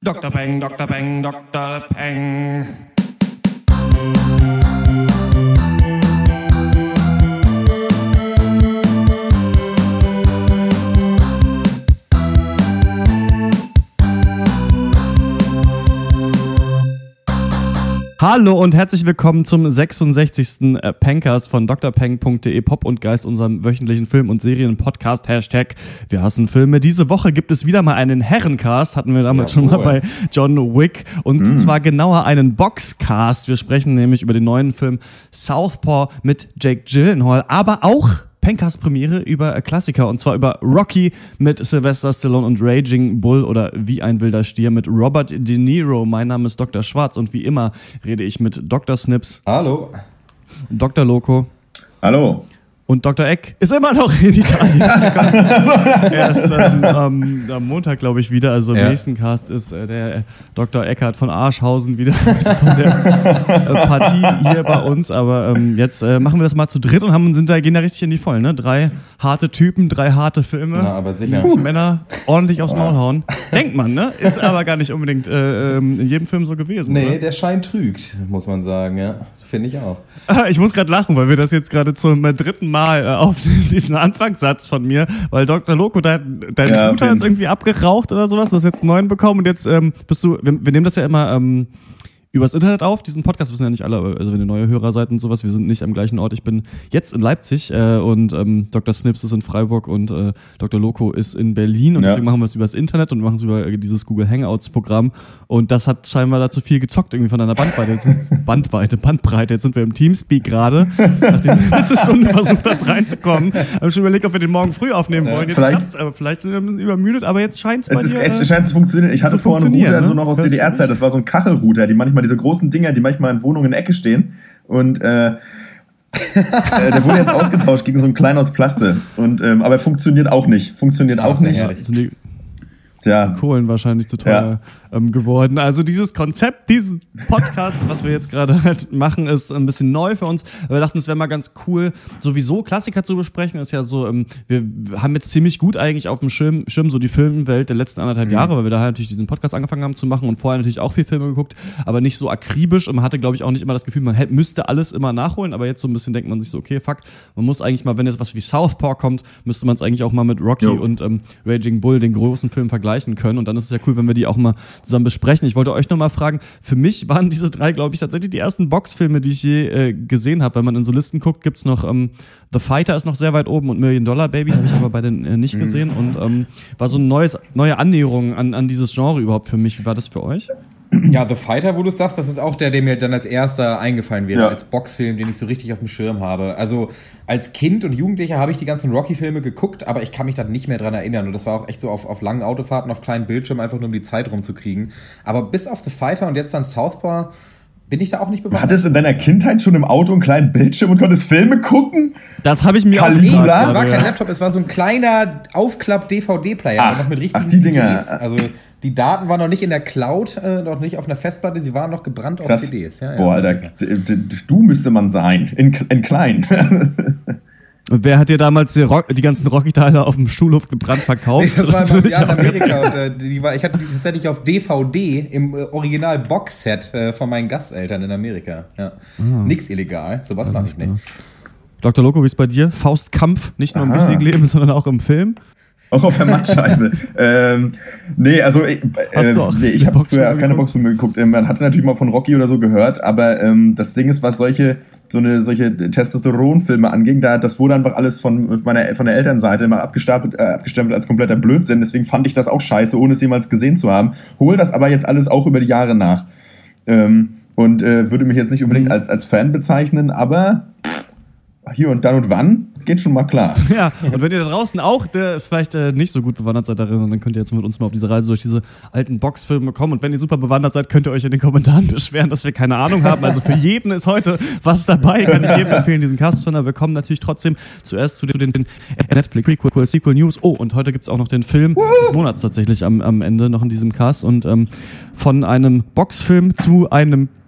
Dr. Peng, Dr. Peng, Dr. Peng. Hallo und herzlich willkommen zum 66. Pencast von drpeng.de, Pop und Geist, unserem wöchentlichen Film- und Serien-Podcast. Hashtag Wir hassen Filme. Diese Woche gibt es wieder mal einen Herrencast, hatten wir damals schon mal bei John Wick. Und zwar genauer einen Boxcast. Wir sprechen nämlich über den neuen Film Southpaw mit Jake Gyllenhaal, aber auch Pencast-Premiere über Klassiker, und zwar über Rocky mit Sylvester Stallone und Raging Bull oder Wie ein wilder Stier mit Robert De Niro. Mein Name ist Dr. Schwarz und wie immer rede ich mit Dr. Snips. Hallo. Dr. Loco. Hallo. Und Dr. Eck ist immer noch in Italien. Er ist am Montag, glaube ich, wieder. Also im nächsten Cast ist der Dr. Eckhardt von Arschhausen wieder von der Partie hier bei uns. Aber jetzt machen wir das mal zu dritt und gehen da richtig in die Vollen. Ne? 3 harte Typen, 3 harte Filme. Na, aber sicher. Die Männer ordentlich aufs Maul hauen. Denkt man, ne? Ist aber gar nicht unbedingt in jedem Film so gewesen. Nee, oder? der Schein trügt, muss man sagen. Ja, finde ich auch. Ich muss gerade lachen, weil wir das jetzt gerade zum dritten Mal auf diesen Anfangssatz von mir, weil Dr. Loco, dein Router ist irgendwie abgeraucht oder sowas, du hast jetzt einen neuen bekommen und jetzt bist du, wir nehmen das ja immer übers Internet auf, diesen Podcast wissen ja nicht alle, also wenn ihr neue Hörer seid und sowas, wir sind nicht am gleichen Ort, ich bin jetzt in Leipzig und Dr. Snips ist in Freiburg und Dr. Loco ist in Berlin und deswegen machen wir es übers Internet und machen es über dieses Google Hangouts Programm und das hat scheinbar dazu viel gezockt irgendwie von deiner Bandbreite, jetzt sind wir im Teamspeak gerade, nachdem wir letzte Stunde versucht hast reinzukommen, haben schon überlegt, ob wir den morgen früh aufnehmen wollen, jetzt klappt's, aber vielleicht sind wir ein bisschen übermüdet, aber jetzt scheint es bei dir es scheint zu funktionieren, ich hatte vorhin einen Router so noch aus DDR-Zeit, das war so ein Kachelrouter, die manchmal diese großen Dinger, die manchmal in Wohnungen in der Ecke stehen. Und der wurde jetzt ausgetauscht gegen so einen kleinen aus Plaste. Und, aber funktioniert auch nicht. Tja. Kohlen wahrscheinlich zu teuer geworden. Also dieses Konzept, diesen Podcast, was wir jetzt gerade halt machen, ist ein bisschen neu für uns. Wir dachten, es wäre mal ganz cool, sowieso Klassiker zu besprechen. Das ist ja so, wir haben jetzt ziemlich gut eigentlich auf dem Schirm so die Filmwelt der letzten 1,5 Jahre, weil wir da halt natürlich diesen Podcast angefangen haben zu machen und vorher natürlich auch viel Filme geguckt, aber nicht so akribisch und man hatte, glaube ich, auch nicht immer das Gefühl, man müsste alles immer nachholen, aber jetzt so ein bisschen denkt man sich so, okay, fuck, man muss eigentlich mal, wenn jetzt was wie Southpaw kommt, müsste man es eigentlich auch mal mit Rocky und Raging Bull, den großen Film, vergleichen können und dann ist es ja cool, wenn wir die auch mal zusammen besprechen. Ich wollte euch noch mal fragen, für mich waren diese 3, glaube ich, tatsächlich die ersten Boxfilme, die ich je gesehen habe. Wenn man in so Listen guckt, gibt's noch The Fighter ist noch sehr weit oben und $1 Million Baby habe ich aber bei den nicht gesehen und war so eine neue Annäherung an dieses Genre überhaupt für mich. Wie war das für euch? Ja, The Fighter, wo du sagst, das ist auch der mir dann als erster eingefallen wäre, als Boxfilm, den ich so richtig auf dem Schirm habe. Also als Kind und Jugendlicher habe ich die ganzen Rocky-Filme geguckt, aber ich kann mich da nicht mehr dran erinnern. Und das war auch echt so auf langen Autofahrten, auf kleinen Bildschirmen, einfach nur um die Zeit rumzukriegen. Aber bis auf The Fighter und jetzt dann Southpaw bin ich da auch nicht bewandert. Hattest du in deiner Kindheit schon im Auto einen kleinen Bildschirm und konntest Filme gucken? Das habe ich mir auch gefragt. Es war kein Laptop, es war so ein kleiner Aufklapp-DVD-Player noch mit richtigen die Dinger. CDs. Also die Daten waren noch nicht in der Cloud, noch nicht auf einer Festplatte, sie waren noch gebrannt auf CDs. Ja, boah, Alter, du müsste man sein, in klein. Und wer hat dir damals die ganzen Rocky-Teile auf dem Schulhof gebrannt verkauft? Das war in Amerika. Und, ich hatte die tatsächlich auf DVD im Original-Box-Set von meinen Gasteltern in Amerika. Ja. Nix illegal, sowas mache ich nicht. Dr. Loco, wie ist bei dir? Faustkampf, nicht nur im richtigen Leben, sondern auch im Film? Auch auf der Mattscheibe. Ich habe früher keine Boxfilme geguckt. Man hatte natürlich mal von Rocky oder so gehört, aber das Ding ist, was solche Testosteronfilme anging, das wurde einfach alles von der Elternseite immer abgestempelt als kompletter Blödsinn. Deswegen fand ich das auch scheiße, ohne es jemals gesehen zu haben. Hol das aber jetzt alles auch über die Jahre nach. Und würde mich jetzt nicht unbedingt als Fan bezeichnen, aber hier und dann und wann geht schon mal klar. Ja, und wenn ihr da draußen auch vielleicht nicht so gut bewandert seid darin, dann könnt ihr jetzt mit uns mal auf diese Reise durch diese alten Boxfilme kommen. Und wenn ihr super bewandert seid, könnt ihr euch in den Kommentaren beschweren, dass wir keine Ahnung haben. Also für jeden ist heute was dabei. Kann ich jedem empfehlen, diesen Cast zu hören. Wir kommen natürlich trotzdem zuerst zu den Netflix Prequel Sequel News. Oh, und heute gibt's auch noch den Film des Monats tatsächlich am Ende noch in diesem Cast. Und von einem Boxfilm zu einem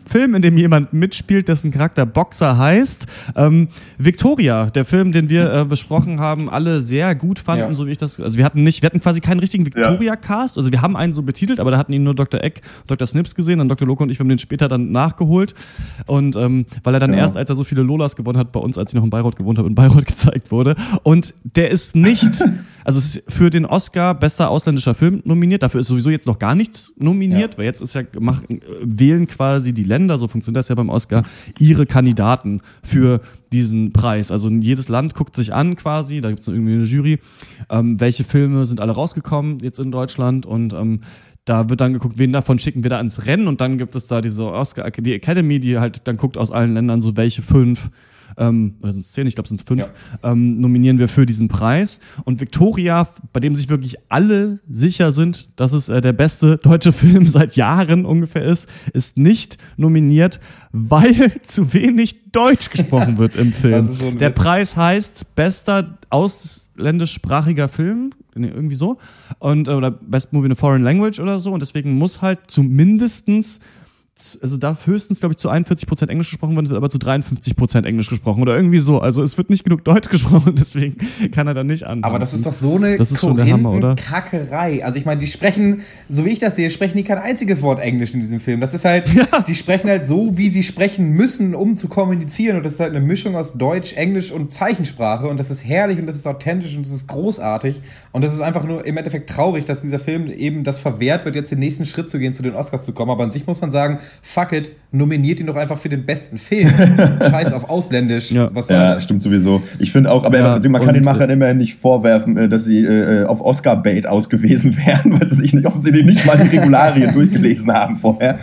Film, in dem jemand mitspielt, dessen Charakter Boxer heißt. Victoria, der Film, den wir besprochen haben, alle sehr gut fanden, so wie ich das. Also wir hatten quasi keinen richtigen Victoria-Cast. Also wir haben einen so betitelt, aber da hatten ihn nur Dr. Egg, Dr. Snips gesehen, dann Dr. Loco und ich haben den später dann nachgeholt. Und weil er dann erst, als er so viele Lolas gewonnen hat, bei uns, als ich noch in Bayreuth gewohnt habe, in Bayreuth gezeigt wurde. Und der ist nicht, also es ist für den Oscar bester ausländischer Film nominiert. Dafür ist sowieso jetzt noch gar nichts nominiert, weil jetzt ist wählen quasi die Länder, so funktioniert das ja beim Oscar, ihre Kandidaten für diesen Preis. Also jedes Land guckt sich an quasi, da gibt es irgendwie eine Jury, welche Filme sind alle rausgekommen jetzt in Deutschland und da wird dann geguckt, wen davon schicken wir da ins Rennen und dann gibt es da diese die Academy, die halt dann guckt aus allen Ländern so, welche 5 oder sind es 10, ich glaube es sind 5, nominieren wir für diesen Preis. Und Victoria, bei dem sich wirklich alle sicher sind, dass es der beste deutsche Film seit Jahren ungefähr ist nicht nominiert, weil zu wenig Deutsch gesprochen wird im Film. So der Preis heißt bester ausländischsprachiger Film, irgendwie so, und oder Best Movie in a Foreign Language oder so, und deswegen muss halt zumindestens, also darf höchstens, glaube ich, zu 41% Englisch gesprochen werden, es wird aber zu 53% Englisch gesprochen oder irgendwie so. Also es wird nicht genug Deutsch gesprochen, deswegen kann er da nicht anpassen. Aber das ist doch so eine Kackerei. Also ich meine, die sprechen, so wie ich das sehe, sprechen die kein einziges Wort Englisch in diesem Film. Das ist halt, die sprechen halt so, wie sie sprechen müssen, um zu kommunizieren. Und das ist halt eine Mischung aus Deutsch, Englisch und Zeichensprache. Und das ist herrlich und das ist authentisch und das ist großartig. Und das ist einfach nur im Endeffekt traurig, dass dieser Film eben das verwehrt wird, jetzt den nächsten Schritt zu gehen, zu den Oscars zu kommen. Aber an sich muss man sagen, fuck it, nominiert ihn doch einfach für den besten Film. Scheiß auf Ausländisch. Was soll das? Stimmt sowieso. Ich finde auch, aber man kann den Machern immerhin nicht vorwerfen, dass sie auf Oscar-Bait ausgewiesen werden, weil sie sich offensichtlich nicht mal die Regularien durchgelesen haben vorher.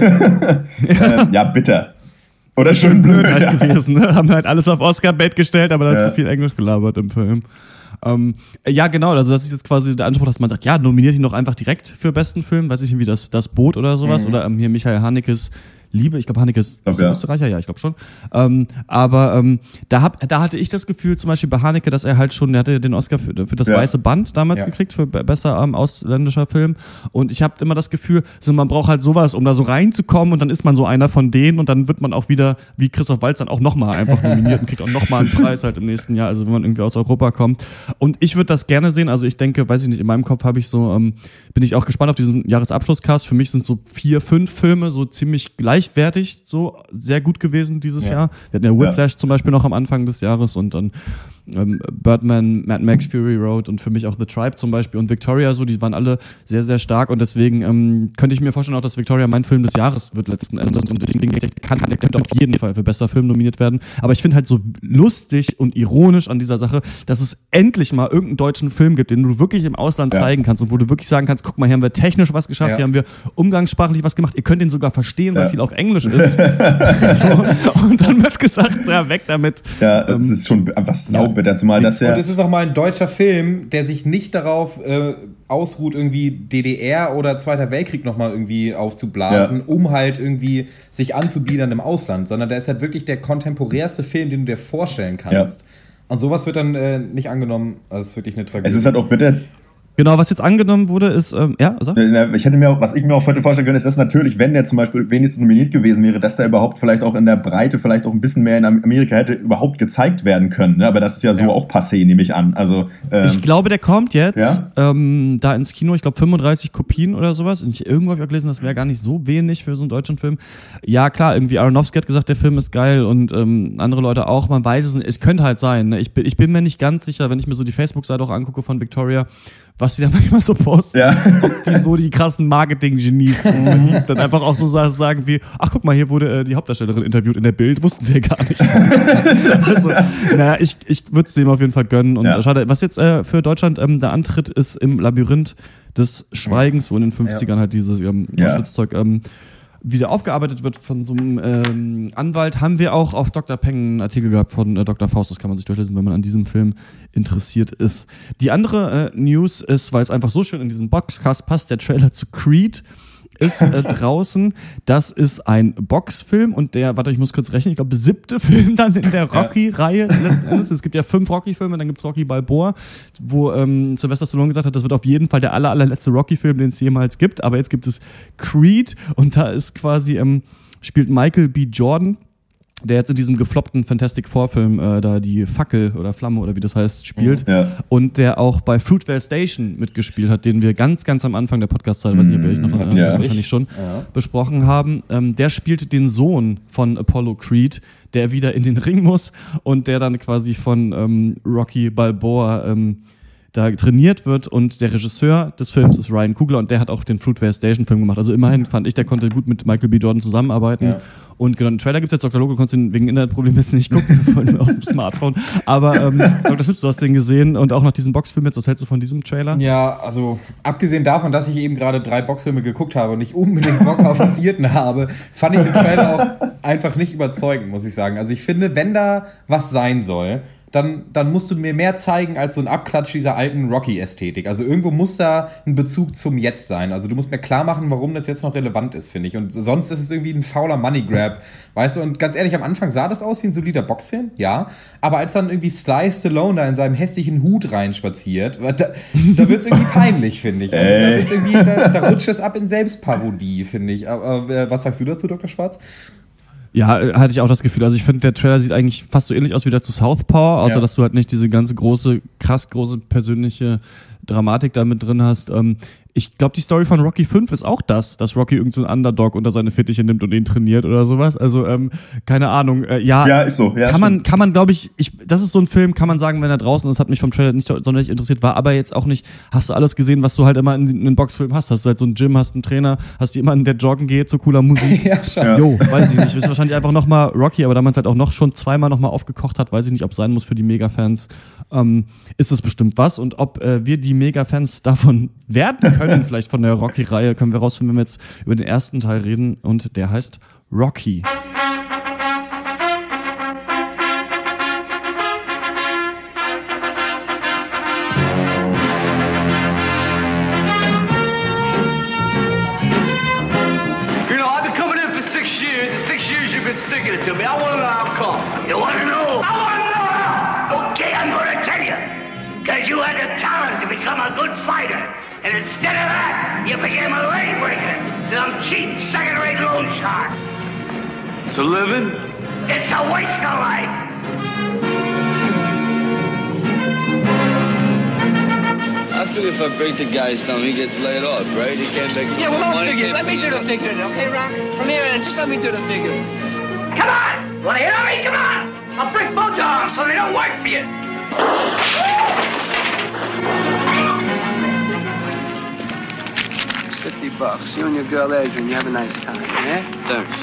Ja, bitter. Oder schön blöd halt gewesen, ne? Haben halt alles auf Oscar-Bait gestellt, aber da hat zu viel Englisch gelabert im Film. Ja, genau, also das ist jetzt quasi der Anspruch, dass man sagt, ja, nominiert ihn doch einfach direkt für besten Film, weiß ich nicht, wie das Boot oder sowas, oder hier Michael Hanekes Liebe, ich glaube Haneke ist Österreicher, ja, ich glaube schon. Aber da hatte ich das Gefühl, zum Beispiel bei Haneke, dass er halt schon, der hatte den Oscar für das Weiße Band damals gekriegt, für besser ausländischer Film. Und ich habe immer das Gefühl, so, man braucht halt sowas, um da so reinzukommen und dann ist man so einer von denen und dann wird man auch wieder, wie Christoph Waltz, dann auch nochmal einfach nominiert und kriegt auch nochmal einen Preis halt im nächsten Jahr, also wenn man irgendwie aus Europa kommt. Und ich würde das gerne sehen, also ich denke, weiß ich nicht, in meinem Kopf habe ich so, bin ich auch gespannt auf diesen Jahresabschlusscast. Für mich sind so 4, 5 Filme so ziemlich gleichwertig, so sehr gut gewesen dieses Jahr. Wir hatten ja Whiplash zum Beispiel noch am Anfang des Jahres und dann Birdman, Mad Max, Fury Road und für mich auch The Tribe zum Beispiel und Victoria, so, die waren alle sehr, sehr stark und deswegen könnte ich mir vorstellen auch, dass Victoria mein Film des Jahres wird letzten Endes und deswegen kann der auf jeden Fall für bester Film nominiert werden. Aber ich finde halt so lustig und ironisch an dieser Sache, dass es endlich mal irgendeinen deutschen Film gibt, den du wirklich im Ausland zeigen kannst und wo du wirklich sagen kannst, guck mal, hier haben wir technisch was geschafft, hier haben wir umgangssprachlich was gemacht, ihr könnt den sogar verstehen, weil viel auf Englisch ist. So, und dann wird gesagt, ja, weg damit. Ja, das ist schon einfach saubitter, zumal das ja... Und es ist auch mal ein deutscher Film, der sich nicht darauf ausruht, irgendwie DDR oder Zweiter Weltkrieg nochmal irgendwie aufzublasen, um halt irgendwie sich anzubiedern im Ausland, sondern der ist halt wirklich der kontemporärste Film, den du dir vorstellen kannst. Ja. Und sowas wird dann nicht angenommen. Das ist wirklich eine Tragödie. Es ist halt auch bitter... Genau, was jetzt angenommen wurde, ist, was ich mir auch heute vorstellen können, ist, dass natürlich, wenn der zum Beispiel wenigstens nominiert gewesen wäre, dass der überhaupt vielleicht auch in der Breite, vielleicht auch ein bisschen mehr in Amerika hätte überhaupt gezeigt werden können. Ne? Aber das ist ja so auch passé, nehme ich an. Also, ich glaube, der kommt jetzt da ins Kino, ich glaube 35 Kopien oder sowas. Und irgendwo habe ich auch gelesen, das wäre gar nicht so wenig für so einen deutschen Film. Ja, klar, irgendwie Aronofsky hat gesagt, der Film ist geil und andere Leute auch. Man weiß es nicht. Es könnte halt sein. Ne? Ich bin mir nicht ganz sicher, wenn ich mir so die Facebook-Seite auch angucke von Victoria, was die da manchmal so posten, ob die so die krassen Marketing-Genies sind, die dann einfach auch so sagen wie, ach guck mal, hier wurde die Hauptdarstellerin interviewt in der Bild, wussten wir gar nicht. Also, naja, ich würde es dem auf jeden Fall gönnen und schade, was jetzt für Deutschland der Antritt ist im Labyrinth des Schweigens, wo in den 50ern halt dieses Auschwitz-Zeug wieder aufgearbeitet wird von so einem Anwalt, haben wir auch auf Dr. Peng einen Artikel gehabt von Dr. Faust, das kann man sich durchlesen, wenn man an diesem Film interessiert ist. Die andere News ist, weil es einfach so schön in diesen Boxcast passt, der Trailer zu Creed ist draußen. Das ist ein Boxfilm und ich muss kurz rechnen, ich glaube 7. Film dann in der Rocky-Reihe letzten Endes. Es gibt ja 5 Rocky-Filme, dann gibt's Rocky Balboa, wo Sylvester Stallone gesagt hat, das wird auf jeden Fall der allerletzte Rocky-Film, den es jemals gibt. Aber jetzt gibt es Creed und da ist quasi spielt Michael B. Jordan, der jetzt in diesem gefloppten Fantastic Four-Film da die Fackel oder Flamme oder wie das heißt, spielt. Ja. Und der auch bei Fruitvale Station mitgespielt hat, den wir ganz, ganz am Anfang der Podcast-Zeit, weiß nicht, ob ihr euch noch wahrscheinlich schon besprochen haben. Der spielt den Sohn von Apollo Creed, der wieder in den Ring muss und der dann quasi von Rocky Balboa da trainiert wird, und der Regisseur des Films ist Ryan Coogler und der hat auch den Fruitvale Station Film gemacht. Also immerhin fand ich, der konnte gut mit Michael B. Jordan zusammenarbeiten. Ja. Und genau, den Trailer gibt's jetzt, Dr. Logo, konntest du wegen Internetproblemen jetzt nicht gucken, auf dem Smartphone. Aber Dr. Snips, du hast den gesehen und auch nach diesem Boxfilm jetzt, was hältst du von diesem Trailer? Ja, also abgesehen davon, dass ich eben gerade 3 Boxfilme geguckt habe und nicht unbedingt Bock auf den 4. habe, fand ich den Trailer auch einfach nicht überzeugend, muss ich sagen. Also ich finde, wenn da was sein soll, dann musst du mir mehr zeigen als so ein Abklatsch dieser alten Rocky-Ästhetik. Also irgendwo muss da ein Bezug zum Jetzt sein. Also du musst mir klar machen, warum das jetzt noch relevant ist, finde ich. Und sonst ist es irgendwie ein fauler Money-Grab, weißt du? Und ganz ehrlich, am Anfang sah das aus wie ein solider Boxfilm, ja. Aber als dann irgendwie Sly Stallone da in seinem hässlichen Hut reinspaziert, da wird es irgendwie peinlich, finde ich. Also da rutscht es ab in Selbstparodie, finde ich. Aber was sagst du dazu, Dr. Schwarz? Ja, hatte ich auch das Gefühl. Also ich finde, der Trailer sieht eigentlich fast so ähnlich aus wie der zu Southpaw, außer dass du halt nicht diese ganze krass große persönliche Dramatik da mit drin hast. Ich glaube, die Story von Rocky 5 ist auch dass Rocky irgend so einen Underdog unter seine Fittiche nimmt und ihn trainiert oder sowas. Also, keine Ahnung. Ja, ist so. Ja, kann man, glaube ich, das ist so ein Film, kann man sagen, wenn er draußen ist, hat mich vom Trailer nicht sonderlich interessiert, war aber jetzt auch nicht, hast du alles gesehen, was du halt immer in einem Boxfilm hast. Hast du halt so ein Gym, hast einen Trainer, hast jemanden, der joggen geht, so cooler Musik. Ja, schon. Jo, weiß ich nicht. Ist wahrscheinlich einfach nochmal Rocky, aber da man es halt auch noch schon zweimal nochmal aufgekocht hat, weiß ich nicht, ob es sein muss für die Mega-Fans. Ist es bestimmt was. Und ob wir die Mega-Fans davon werden können, vielleicht von der Rocky-Reihe, können wir rausfinden, wenn wir jetzt über den ersten Teil reden, und der heißt Rocky. You know, I've been coming in for 6 years, and 6 years you've been sticking it to me. I want to know how come. You want to know? I want to know how! Okay, I'm going to tell you. Because you had the talent to become a good fighter. And instead of that, you became a leg breaker. Some cheap, second-rate loan shark. It's a living? It's a waste of life. I figure if I break the guy's thumb, he gets laid off, right? He can't make it. Yeah, well, don't figure. Let me do the figuring, okay, Ron? From here in, just let me do the figuring. Come on! Want to hit on me? Come on! I'll break both your arms so they don't work for you. $50. You and your girl Adrian, you have a nice time, yeah? Thanks.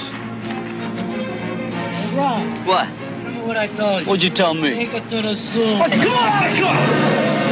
Hey, Ron. What? Remember what I told you? What'd you tell me? Take it to the zoo. Come on, come on!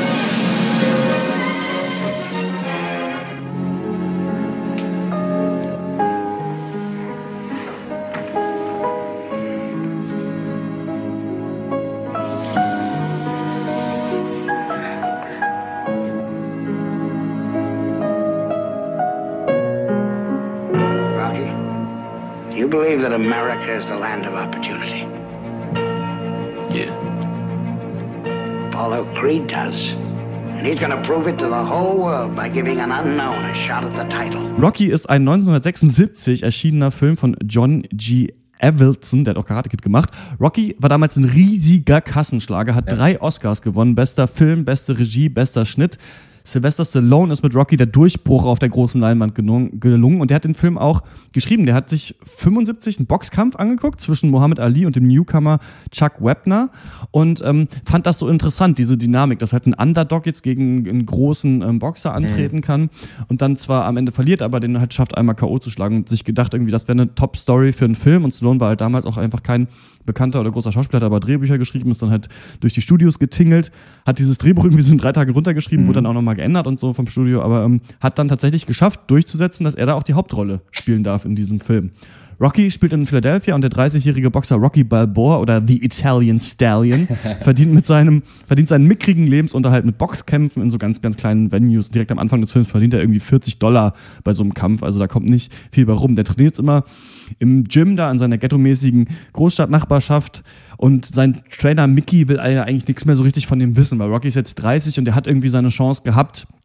You believe that America is the land of opportunity? Yeah. Apollo Creed does. And he's gonna prove it to the whole world by giving an unknown a shot at the title. Rocky ist ein 1976 erschienener Film von John G. Avildsen, der hat auch Karate Kid gemacht. Rocky war damals ein riesiger Kassenschlager, hat 3 Oscars gewonnen. Bester Film, beste Regie, bester Schnitt. Sylvester Stallone ist mit Rocky der Durchbruch auf der großen Leinwand gelungen, und der hat den Film auch geschrieben. Der hat sich 75 einen Boxkampf angeguckt zwischen Muhammad Ali und dem Newcomer Chuck Wepner und fand das so interessant, diese Dynamik, dass halt ein Underdog jetzt gegen einen großen Boxer antreten kann und dann zwar am Ende verliert, aber den halt schafft, einmal K.O. zu schlagen, und sich gedacht, irgendwie, das wäre eine Top-Story für einen Film, und Stallone war halt damals auch einfach kein bekannter oder großer Schauspieler, hat aber Drehbücher geschrieben, ist dann halt durch die Studios getingelt, hat dieses Drehbuch irgendwie so in 3 Tagen runtergeschrieben, wurde dann auch nochmal geändert und so vom Studio, aber hat dann tatsächlich geschafft, durchzusetzen, dass er da auch die Hauptrolle spielen darf in diesem Film. Rocky spielt in Philadelphia, und der 30-jährige Boxer Rocky Balboa oder The Italian Stallion verdient seinen mickrigen Lebensunterhalt mit Boxkämpfen in so ganz, ganz kleinen Venues. Direkt am Anfang des Films verdient er irgendwie $40 bei so einem Kampf, also da kommt nicht viel bei rum. Der trainiert immer im Gym da in seiner ghetto-mäßigen Großstadtnachbarschaft, und sein Trainer Mickey will eigentlich nichts mehr so richtig von ihm wissen, weil Rocky ist jetzt 30 und er hat irgendwie seine Chance gehabt,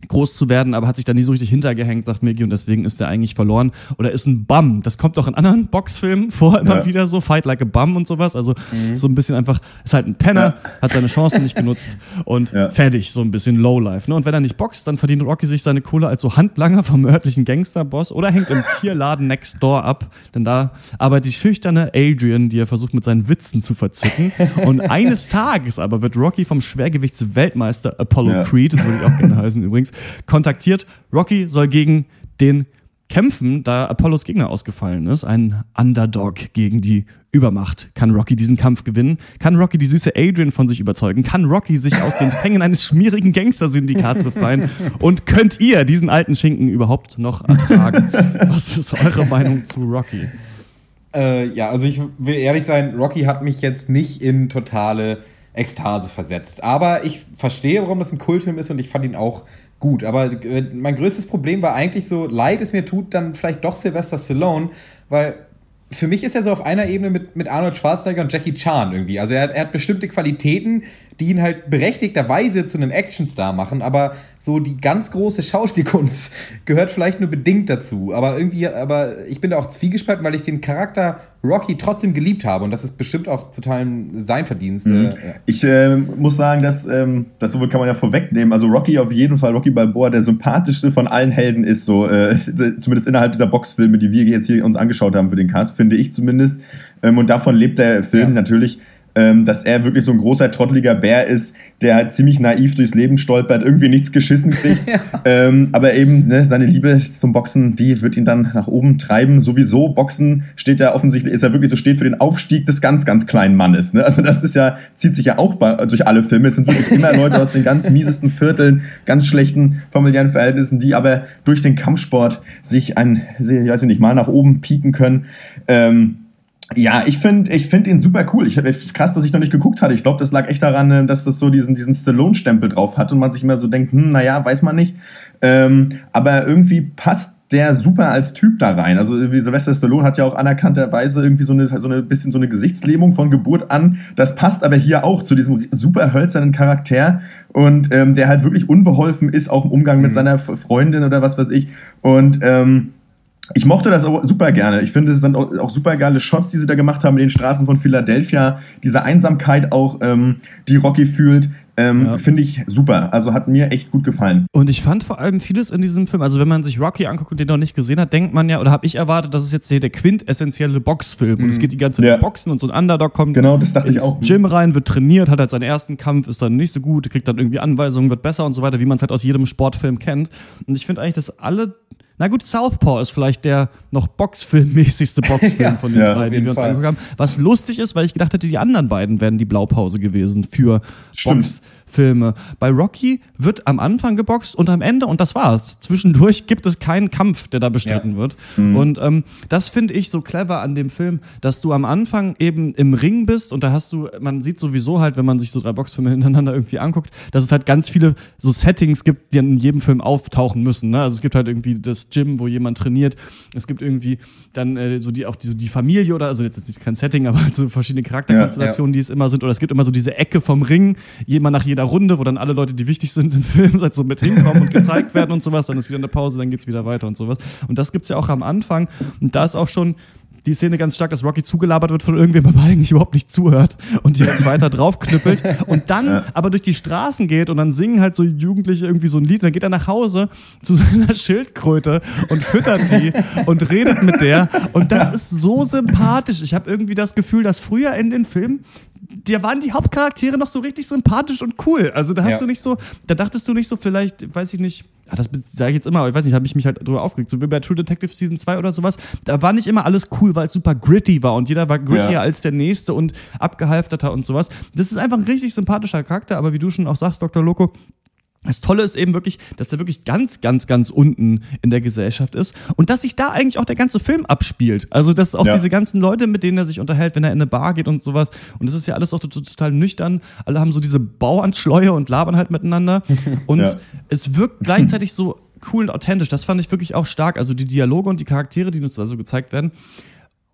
groß zu werden, aber hat sich da nie so richtig hintergehängt, sagt Miggy, und deswegen ist er eigentlich verloren. Oder ist ein Bum. Das kommt auch in anderen Boxfilmen vor, immer wieder so, Fight like a Bum und sowas. Also so ein bisschen einfach, ist halt ein Penner, hat seine Chancen nicht genutzt und fertig, so ein bisschen Lowlife. Ne? Und wenn er nicht boxt, dann verdient Rocky sich seine Kohle als so Handlanger vom örtlichen Gangsterboss oder hängt im Tierladen next door ab, denn da arbeitet die schüchterne Adrian, die er versucht mit seinen Witzen zu verzücken. Und eines Tages aber wird Rocky vom Schwergewichtsweltmeister Apollo Creed, das würde ich auch gerne heißen übrigens, kontaktiert. Rocky soll gegen den kämpfen, da Apollos Gegner ausgefallen ist. Ein Underdog gegen die Übermacht. Kann Rocky diesen Kampf gewinnen? Kann Rocky die süße Adrian von sich überzeugen? Kann Rocky sich aus den Fängen eines schmierigen Gangster-Syndikats befreien? Und könnt ihr diesen alten Schinken überhaupt noch ertragen? Was ist eure Meinung zu Rocky? Also ich will ehrlich sein, Rocky hat mich jetzt nicht in totale Ekstase versetzt. Aber ich verstehe, warum das ein Kultfilm ist und ich fand ihn auch gut. Aber mein größtes Problem war eigentlich so, leid es mir tut, dann vielleicht doch Sylvester Stallone, weil für mich ist er so auf einer Ebene mit Arnold Schwarzenegger und Jackie Chan irgendwie. Also er hat bestimmte Qualitäten, die ihn halt berechtigterweise zu einem Actionstar machen, aber so die ganz große Schauspielkunst gehört vielleicht nur bedingt dazu. Aber ich bin da auch zwiegespalten, weil ich den Charakter Rocky trotzdem geliebt habe und das ist bestimmt auch total sein Verdienst. Ich muss sagen, das kann man ja vorwegnehmen. Also Rocky auf jeden Fall, Rocky Balboa, der sympathischste von allen Helden ist, so zumindest innerhalb dieser Boxfilme, die wir jetzt hier uns angeschaut haben für den Cast, finde ich zumindest. Und davon lebt der Film natürlich, dass er wirklich so ein großer, trotteliger Bär ist, der halt ziemlich naiv durchs Leben stolpert, irgendwie nichts geschissen kriegt. Aber eben seine Liebe zum Boxen, die wird ihn dann nach oben treiben. Sowieso, Boxen steht wirklich so, steht für den Aufstieg des ganz, ganz kleinen Mannes. Ne? Also das ist ja, zieht sich ja auch durch alle Filme. Es sind wirklich immer Leute aus den ganz miesesten Vierteln, ganz schlechten familiären Verhältnissen, die aber durch den Kampfsport sich mal nach oben pieken können. Ja, ich find ihn super cool. Es ist krass, dass ich noch nicht geguckt hatte. Ich glaube, das lag echt daran, dass das so diesen Stallone-Stempel drauf hat und man sich immer so denkt, weiß man nicht. Aber irgendwie passt der super als Typ da rein. Also wie Sylvester Stallone hat ja auch anerkannterweise irgendwie so eine bisschen so eine Gesichtslähmung von Geburt an. Das passt aber hier auch zu diesem super hölzernen Charakter und der halt wirklich unbeholfen ist, auch im Umgang mit seiner Freundin oder was weiß ich. Und ich mochte das auch super gerne. Ich finde, es sind auch super geile Shots, die sie da gemacht haben in den Straßen von Philadelphia. Diese Einsamkeit auch, die Rocky fühlt, finde ich super. Also hat mir echt gut gefallen. Und ich fand vor allem vieles in diesem Film, also wenn man sich Rocky anguckt und den noch nicht gesehen hat, denkt man ja, oder habe ich erwartet, das ist jetzt der quintessentielle Boxfilm. Und es geht die ganze Zeit um Boxen und so ein Underdog kommt das dachte ich auch. Gym rein, wird trainiert, hat halt seinen ersten Kampf, ist dann nicht so gut, kriegt dann irgendwie Anweisungen, wird besser und so weiter, wie man es halt aus jedem Sportfilm kennt. Und ich finde eigentlich, dass na gut, Southpaw ist vielleicht der noch boxfilmmäßigste Boxfilm von den drei, die wir uns angeguckt haben. Was lustig ist, weil ich gedacht hätte, die anderen beiden wären die Blaupause gewesen für Boxfilme. Bei Rocky wird am Anfang geboxt und am Ende, und das war's. Zwischendurch gibt es keinen Kampf, der da bestritten wird. Und das finde ich so clever an dem Film, dass du am Anfang eben im Ring bist und da man sieht sowieso halt, wenn man sich so 3 Boxfilme hintereinander irgendwie anguckt, dass es halt ganz viele so Settings gibt, die in jedem Film auftauchen müssen. Ne? Also es gibt halt irgendwie das Gym, wo jemand trainiert. Es gibt irgendwie dann die Familie oder, also jetzt ist kein Setting, aber halt so verschiedene Charakterkonstellationen, die es immer sind. Oder es gibt immer so diese Ecke vom Ring, jemand nach jeder Runde, wo dann alle Leute, die wichtig sind im Film, halt so mit hinkommen und gezeigt werden und sowas. Dann ist wieder eine Pause, dann geht's wieder weiter und sowas. Und das gibt's ja auch am Anfang. Und da ist auch schon die Szene ganz stark, dass Rocky zugelabert wird von irgendwem, aber eigentlich überhaupt nicht zuhört und die dann weiter draufknüppelt und dann aber durch die Straßen geht und dann singen halt so Jugendliche irgendwie so ein Lied und dann geht er nach Hause zu seiner Schildkröte und füttert die und redet mit der und das ist so sympathisch. Ich habe irgendwie das Gefühl, dass früher in den Filmen da waren die Hauptcharaktere noch so richtig sympathisch und cool. Also da da dachtest du nicht so, vielleicht, weiß ich nicht, das sage ich jetzt immer, aber ich weiß nicht, habe ich mich halt drüber aufgeregt. So wie bei True Detective Season 2 oder sowas, da war nicht immer alles cool, weil es super gritty war und jeder war grittier als der Nächste und abgehalfterter und sowas. Das ist einfach ein richtig sympathischer Charakter, aber wie du schon auch sagst, Dr. Loco, das Tolle ist eben wirklich, dass der wirklich ganz, ganz, ganz unten in der Gesellschaft ist und dass sich da eigentlich auch der ganze Film abspielt. Also dass auch diese ganzen Leute, mit denen er sich unterhält, wenn er in eine Bar geht und sowas. Und das ist ja alles auch total nüchtern. Alle haben so diese Bauernschleue und labern halt miteinander. Und es wirkt gleichzeitig so cool und authentisch. Das fand ich wirklich auch stark. Also die Dialoge und die Charaktere, die uns da so gezeigt werden.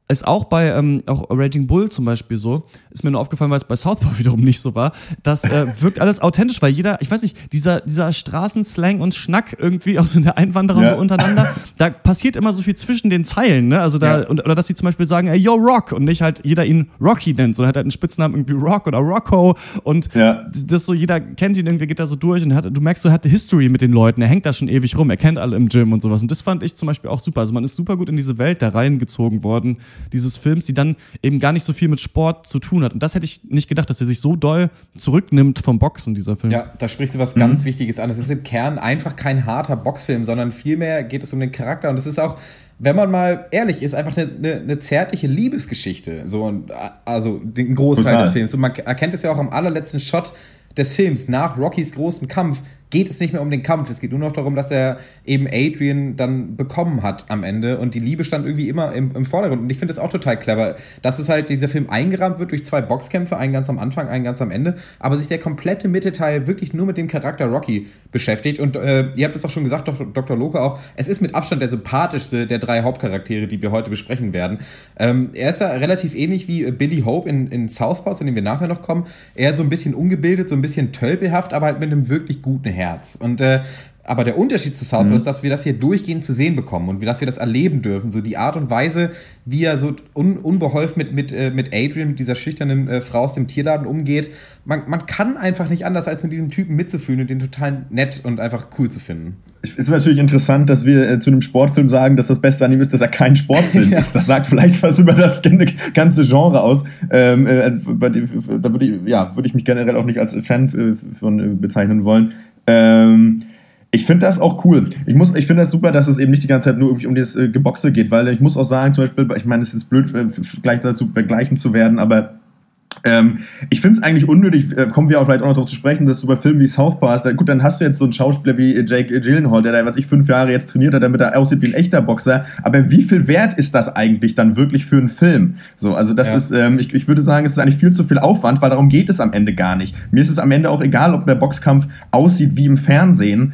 ist auch bei auch Raging Bull zum Beispiel so, ist mir nur aufgefallen, weil es bei Southpaw wiederum nicht so war, das wirkt alles authentisch, weil jeder, ich weiß nicht, dieser Straßenslang und Schnack irgendwie auch so in der Einwanderer so untereinander, da passiert immer so viel zwischen den Zeilen, ne? Also oder dass sie zum Beispiel sagen, ey, yo, Rock, und nicht halt jeder ihn Rocky nennt, sondern hat halt einen Spitznamen irgendwie Rock oder Rocco und das so, jeder kennt ihn irgendwie, geht da so durch und du merkst so, er hatte History mit den Leuten, er hängt da schon ewig rum, er kennt alle im Gym und sowas und das fand ich zum Beispiel auch super, also man ist super gut in diese Welt da reingezogen worden, dieses Films, die dann eben gar nicht so viel mit Sport zu tun hat. Und das hätte ich nicht gedacht, dass er sich so doll zurücknimmt vom Boxen, dieser Film. Ja, da sprichst du was ganz Wichtiges an. Es ist im Kern einfach kein harter Boxfilm, sondern vielmehr geht es um den Charakter. Und es ist auch, wenn man mal ehrlich ist, einfach eine zärtliche Liebesgeschichte. So, also den Großteil des Films. Und man erkennt es ja auch am allerletzten Shot des Films. Nach Rockys großen Kampf geht es nicht mehr um den Kampf. Es geht nur noch darum, dass er eben Adrian dann bekommen hat am Ende. Und die Liebe stand irgendwie immer im Vordergrund. Und ich finde das auch total clever, dass es halt dieser Film eingerahmt wird durch 2 Boxkämpfe, einen ganz am Anfang, einen ganz am Ende. Aber sich der komplette Mittelteil wirklich nur mit dem Charakter Rocky beschäftigt. Und ihr habt es auch schon gesagt, Dr. Loke auch, es ist mit Abstand der sympathischste der 3 Hauptcharaktere, die wir heute besprechen werden. Er ist ja relativ ähnlich wie Billy Hope in Southpaw, zu dem wir nachher noch kommen. Er so ein bisschen ungebildet, so ein bisschen tölpelhaft, aber halt mit einem wirklich guten Herz. Und aber der Unterschied zu Southpaw ist, dass wir das hier durchgehend zu sehen bekommen und dass wir das erleben dürfen. So die Art und Weise, wie er so unbeholfen mit Adrian, mit dieser schüchternen Frau aus dem Tierladen umgeht. Man kann einfach nicht anders, als mit diesem Typen mitzufühlen und den total nett und einfach cool zu finden. Es ist natürlich interessant, dass wir zu einem Sportfilm sagen, dass das Beste an ihm ist, dass er kein Sportfilm ist. Das sagt vielleicht was über das ganze Genre aus. Da würde ich mich generell auch nicht als Fan von bezeichnen wollen. Ich finde das auch cool. Ich finde das super, dass es eben nicht die ganze Zeit nur irgendwie um das Geboxe geht, weil ich muss auch sagen, zum Beispiel, ich meine, es ist blöd, gleich dazu vergleichen zu werden, aber ich finde es eigentlich unnötig, kommen wir auch vielleicht auch noch darauf zu sprechen, dass du bei Filmen wie Southpaw hast, gut, dann hast du jetzt so einen Schauspieler wie Jake Gyllenhaal, der da, 5 Jahre jetzt trainiert hat, damit er aussieht wie ein echter Boxer, aber wie viel wert ist das eigentlich dann wirklich für einen Film? So, also das ist, ich würde sagen, es ist eigentlich viel zu viel Aufwand, weil darum geht es am Ende gar nicht. Mir ist es am Ende auch egal, ob der Boxkampf aussieht wie im Fernsehen,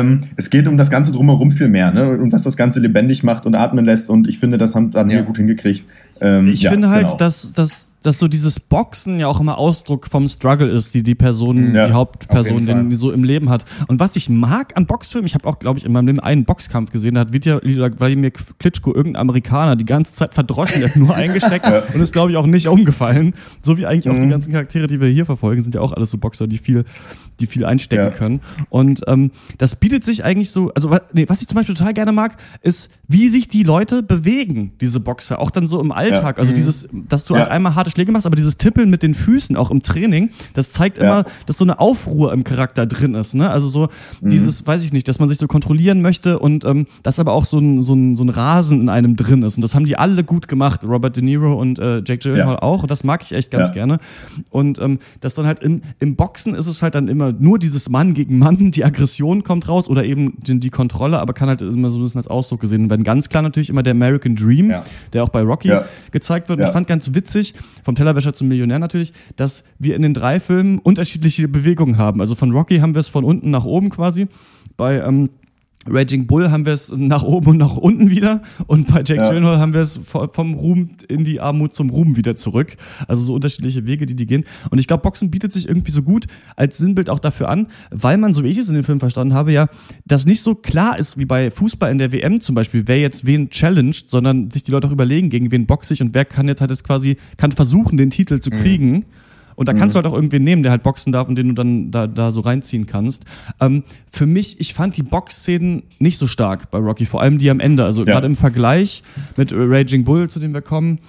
es geht um das Ganze drumherum viel mehr, ne? Und was das Ganze lebendig macht und atmen lässt und ich finde, das haben wir gut hingekriegt. Ich finde halt, dass so dieses Boxen ja auch immer Ausdruck vom Struggle ist, die Person, die Hauptperson, den die so im Leben hat. Und was ich mag an Boxfilmen, ich habe auch, glaube ich, in meinem Leben einen Boxkampf gesehen, da hat Wladimir Klitschko, irgendein Amerikaner, die ganze Zeit verdroschen, der hat nur eingesteckt und ist, glaube ich, auch nicht umgefallen. So wie eigentlich auch die ganzen Charaktere, die wir hier verfolgen, sind ja auch alles so Boxer, die viel einstecken können. Und das bietet sich eigentlich so, also was ich zum Beispiel total gerne mag, ist, wie sich die Leute bewegen, diese Boxer, auch dann so im Alltag. Also dieses, dass du halt einmal harte Schläge machst, aber dieses Tippeln mit den Füßen, auch im Training, das zeigt immer, dass so eine Aufruhr im Charakter drin ist. Ne? Also so dieses, weiß ich nicht, dass man sich so kontrollieren möchte und dass aber auch so ein Rasen in einem drin ist. Und das haben die alle gut gemacht, Robert De Niro und Jake Gyllenhaal auch. Und das mag ich echt ganz gerne. Und das dann halt im Boxen ist es halt dann immer nur dieses Mann gegen Mann, die Aggression kommt raus oder eben die Kontrolle, aber kann halt immer so ein bisschen als Ausdruck gesehen werden. Ganz klar natürlich immer der American Dream, der auch bei Rocky gezeigt wird. Und ich fand ganz witzig, vom Tellerwäscher zum Millionär natürlich, dass wir in den 3 Filmen unterschiedliche Bewegungen haben. Also von Rocky haben wir es von unten nach oben quasi, bei Raging Bull haben wir es nach oben und nach unten wieder und bei Jake Gyllenhaal haben wir es vom Ruhm in die Armut zum Ruhm wieder zurück. Also so unterschiedliche Wege, die gehen. Und ich glaube, Boxen bietet sich irgendwie so gut als Sinnbild auch dafür an, weil man, so wie ich es in dem Film verstanden habe, das nicht so klar ist wie bei Fußball in der WM zum Beispiel, wer jetzt wen challenged, sondern sich die Leute auch überlegen, gegen wen boxe ich und wer kann versuchen, den Titel zu kriegen. Und da kannst du halt auch irgendwen nehmen, der halt boxen darf und den du dann da so reinziehen kannst. Für mich, ich fand die Boxszenen nicht so stark bei Rocky, vor allem die am Ende. Also gerade im Vergleich mit Raging Bull, zu dem wir kommen,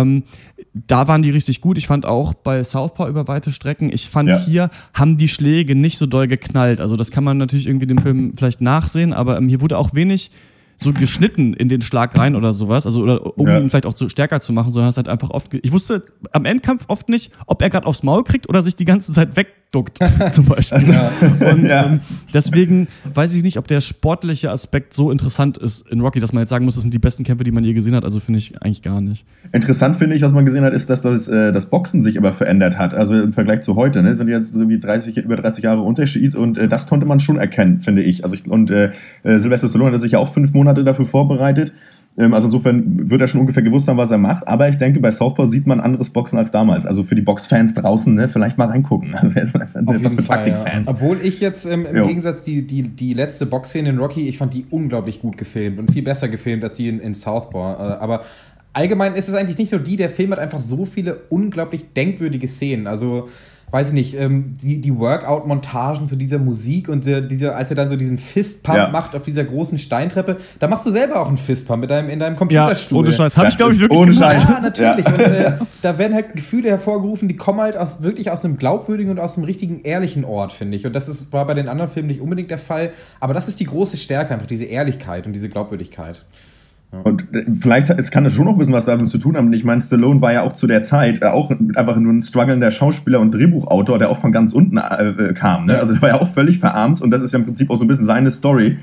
da waren die richtig gut. Ich fand auch bei Southpaw über weite Strecken, ich fand hier haben die Schläge nicht so doll geknallt. Also das kann man natürlich irgendwie dem Film vielleicht nachsehen, aber hier wurde auch wenig so geschnitten in den Schlag rein oder sowas, also oder um ihn vielleicht auch so stärker zu machen, sondern es halt einfach oft, ich wusste am Endkampf oft nicht, ob er gerade aufs Maul kriegt oder sich die ganze Zeit wegduckt, zum Beispiel. Also, und deswegen weiß ich nicht, ob der sportliche Aspekt so interessant ist in Rocky, dass man jetzt sagen muss, das sind die besten Kämpfe, die man je gesehen hat, also finde ich eigentlich gar nicht. Interessant finde ich, was man gesehen hat, ist, dass das Boxen sich aber verändert hat, also im Vergleich zu heute, ne, sind jetzt irgendwie über 30 Jahre Unterschied und das konnte man schon erkennen, finde ich. Also Sylvester Stallone hat sich ja auch 5 Monate dafür vorbereitet Also insofern wird er schon ungefähr gewusst haben, was er macht. Aber ich denke, bei Southpaw sieht man anderes Boxen als damals. Also für die Boxfans draußen, ne, vielleicht mal reingucken. Also was für Taktikfans. Ja. Obwohl ich jetzt im Gegensatz die letzte Boxszene in Rocky, ich fand die unglaublich gut gefilmt und viel besser gefilmt als die in Southpaw. Aber allgemein ist es eigentlich nicht nur der Film hat einfach so viele unglaublich denkwürdige Szenen. Also weiß ich nicht, die Workout-Montagen zu dieser Musik und als er dann so diesen Fistpump macht auf dieser großen Steintreppe, da machst du selber auch einen Fistpump in deinem Computerstuhl. Ja, ohne Scheiß. Habe ich, glaube ich, wirklich ohne gemacht. Scheiß. Ja, natürlich. Ja. Und da werden halt Gefühle hervorgerufen, die kommen halt wirklich aus einem glaubwürdigen und aus einem richtigen, ehrlichen Ort, finde ich. Und das war bei den anderen Filmen nicht unbedingt der Fall. Aber das ist die große Stärke, einfach diese Ehrlichkeit und diese Glaubwürdigkeit. Und vielleicht kann das schon noch ein bisschen was damit zu tun haben. Ich meine, Stallone war ja auch zu der Zeit auch einfach nur ein strugglender Schauspieler und Drehbuchautor, der auch von ganz unten kam. Ne? Also der war ja auch völlig verarmt und das ist ja im Prinzip auch so ein bisschen seine Story.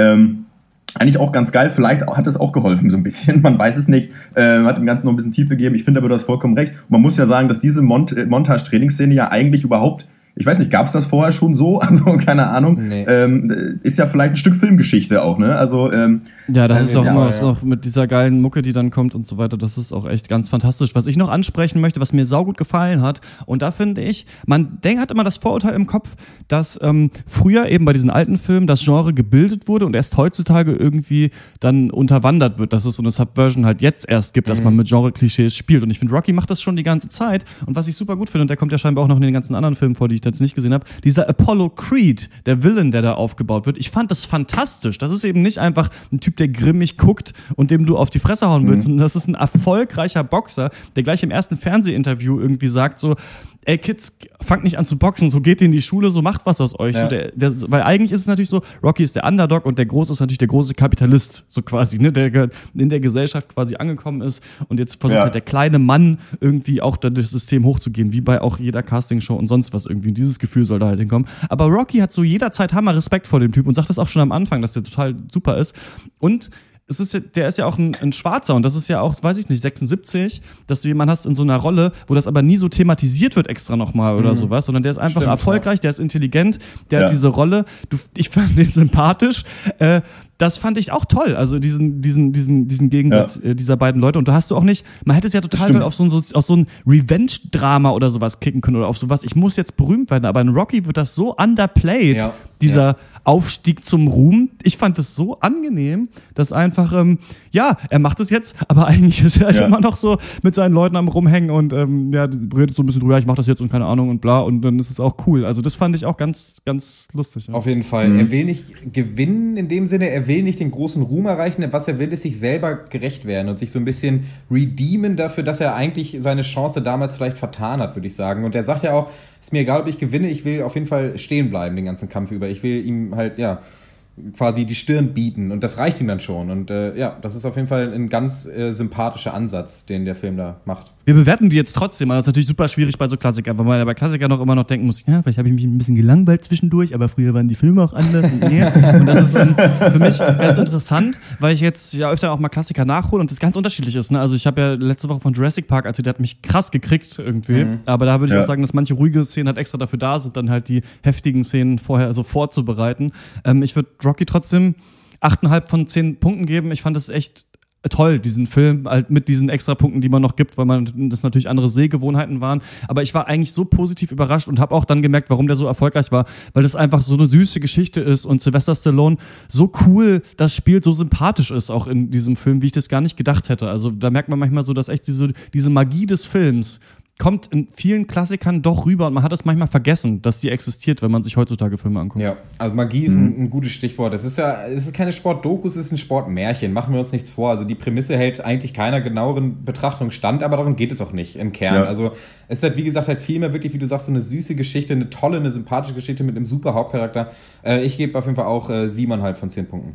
Eigentlich auch ganz geil. Vielleicht hat es auch geholfen so ein bisschen. Man weiß es nicht. Hat dem Ganzen noch ein bisschen Tiefe gegeben. Ich finde aber, du hast vollkommen recht. Und man muss ja sagen, dass diese Montage-Trainingsszene ja eigentlich überhaupt... Ich weiß nicht, gab es das vorher schon so? Also, keine Ahnung. Nee. Ist ja vielleicht ein Stück Filmgeschichte auch, ne? Also, ja, das ist auch immer noch mit dieser geilen Mucke, die dann kommt und so weiter. Das ist auch echt ganz fantastisch. Was ich noch ansprechen möchte, was mir saugut gefallen hat, und da finde ich, hat immer das Vorurteil im Kopf, dass früher eben bei diesen alten Filmen das Genre gebildet wurde und erst heutzutage irgendwie dann unterwandert wird, dass es so eine Subversion halt jetzt erst gibt, dass man mit Genre-Klischees spielt. Und ich finde, Rocky macht das schon die ganze Zeit. Und was ich super gut finde, und der kommt ja scheinbar auch noch in den ganzen anderen Filmen vor, die ich jetzt nicht gesehen habe, dieser Apollo Creed, der Villain, der da aufgebaut wird, ich fand das fantastisch. Das ist eben nicht einfach ein Typ, der grimmig guckt und dem du auf die Fresse hauen willst, sondern das ist ein erfolgreicher Boxer, der gleich im ersten Fernsehinterview irgendwie sagt so, ey Kids, fangt nicht an zu boxen, so geht in die Schule, so macht was aus euch. Ja. So weil eigentlich ist es natürlich so, Rocky ist der Underdog und der Große ist natürlich der große Kapitalist, so quasi, ne, der in der Gesellschaft quasi angekommen ist und jetzt versucht halt der kleine Mann irgendwie auch da durchs System hochzugehen, wie bei auch jeder Castingshow und sonst was irgendwie. Und dieses Gefühl soll da halt hinkommen. Aber Rocky hat so jederzeit Hammer Respekt vor dem Typ und sagt das auch schon am Anfang, dass der total super ist. Und der ist ja auch ein Schwarzer und das ist ja auch, weiß ich nicht, 76, dass du jemanden hast in so einer Rolle, wo das aber nie so thematisiert wird extra nochmal oder sowas, sondern der ist einfach erfolgreich, der ist intelligent, der hat diese Rolle. Ich fand den sympathisch. Das fand ich auch toll, also diesen Gegensatz dieser beiden Leute. Und da hast du auch nicht, man hätte es ja total auf so ein Revenge-Drama oder sowas kicken können oder auf sowas, ich muss jetzt berühmt werden, aber in Rocky wird das so underplayed, dieser Aufstieg zum Ruhm. Ich fand das so angenehm, dass einfach, er macht es jetzt, aber eigentlich ist er immer noch so mit seinen Leuten am Rumhängen und redet so ein bisschen drüber, ich mach das jetzt und keine Ahnung und bla und dann ist es auch cool. Also das fand ich auch ganz, ganz lustig. Ja. Auf jeden Fall. Er will nicht gewinnen in dem Sinne, er will nicht den großen Ruhm erreichen, was er will, ist sich selber gerecht werden und sich so ein bisschen redeemen dafür, dass er eigentlich seine Chance damals vielleicht vertan hat, würde ich sagen. Und er sagt ja auch, ist mir egal, ob ich gewinne, ich will auf jeden Fall stehen bleiben den ganzen Kampf über. Ich will ihm halt, quasi die Stirn bieten und das reicht ihm dann schon. Und das ist auf jeden Fall ein ganz sympathischer Ansatz, den der Film da macht. Wir bewerten die jetzt trotzdem, aber das ist natürlich super schwierig bei so Klassikern, weil man ja bei Klassikern noch immer noch denken muss, vielleicht habe ich mich ein bisschen gelangweilt zwischendurch, aber früher waren die Filme auch anders und mehr. Und das ist für mich ganz interessant, weil ich jetzt ja öfter auch mal Klassiker nachhole und das ganz unterschiedlich ist. Ne? Also ich habe ja letzte Woche von Jurassic Park erzählt, der hat mich krass gekriegt irgendwie, aber da würde ich auch sagen, dass manche ruhige Szenen halt extra dafür da sind, dann halt die heftigen Szenen vorher so vorzubereiten. Ich würde Rocky trotzdem 8,5 von 10 Punkten geben. Ich fand es echt toll, diesen Film, halt mit diesen Extrapunkten, die man noch gibt, weil das natürlich andere Sehgewohnheiten waren. Aber ich war eigentlich so positiv überrascht und habe auch dann gemerkt, warum der so erfolgreich war, weil das einfach so eine süße Geschichte ist und Sylvester Stallone so cool das spielt, so sympathisch ist auch in diesem Film, wie ich das gar nicht gedacht hätte. Also da merkt man manchmal so, dass echt diese Magie des Films kommt in vielen Klassikern doch rüber und man hat es manchmal vergessen, dass die existiert, wenn man sich heutzutage Filme anguckt. Ja, also Magie ist ein gutes Stichwort. Es ist keine Sportdokus, es ist ein Sportmärchen. Machen wir uns nichts vor. Also die Prämisse hält eigentlich keiner genaueren Betrachtung stand, aber darum geht es auch nicht im Kern. Ja. Also es ist halt, wie gesagt, halt viel mehr wirklich, wie du sagst, so eine süße Geschichte, eine tolle, eine sympathische Geschichte mit einem super Hauptcharakter. Ich gebe auf jeden Fall auch 7,5 von 10 Punkten.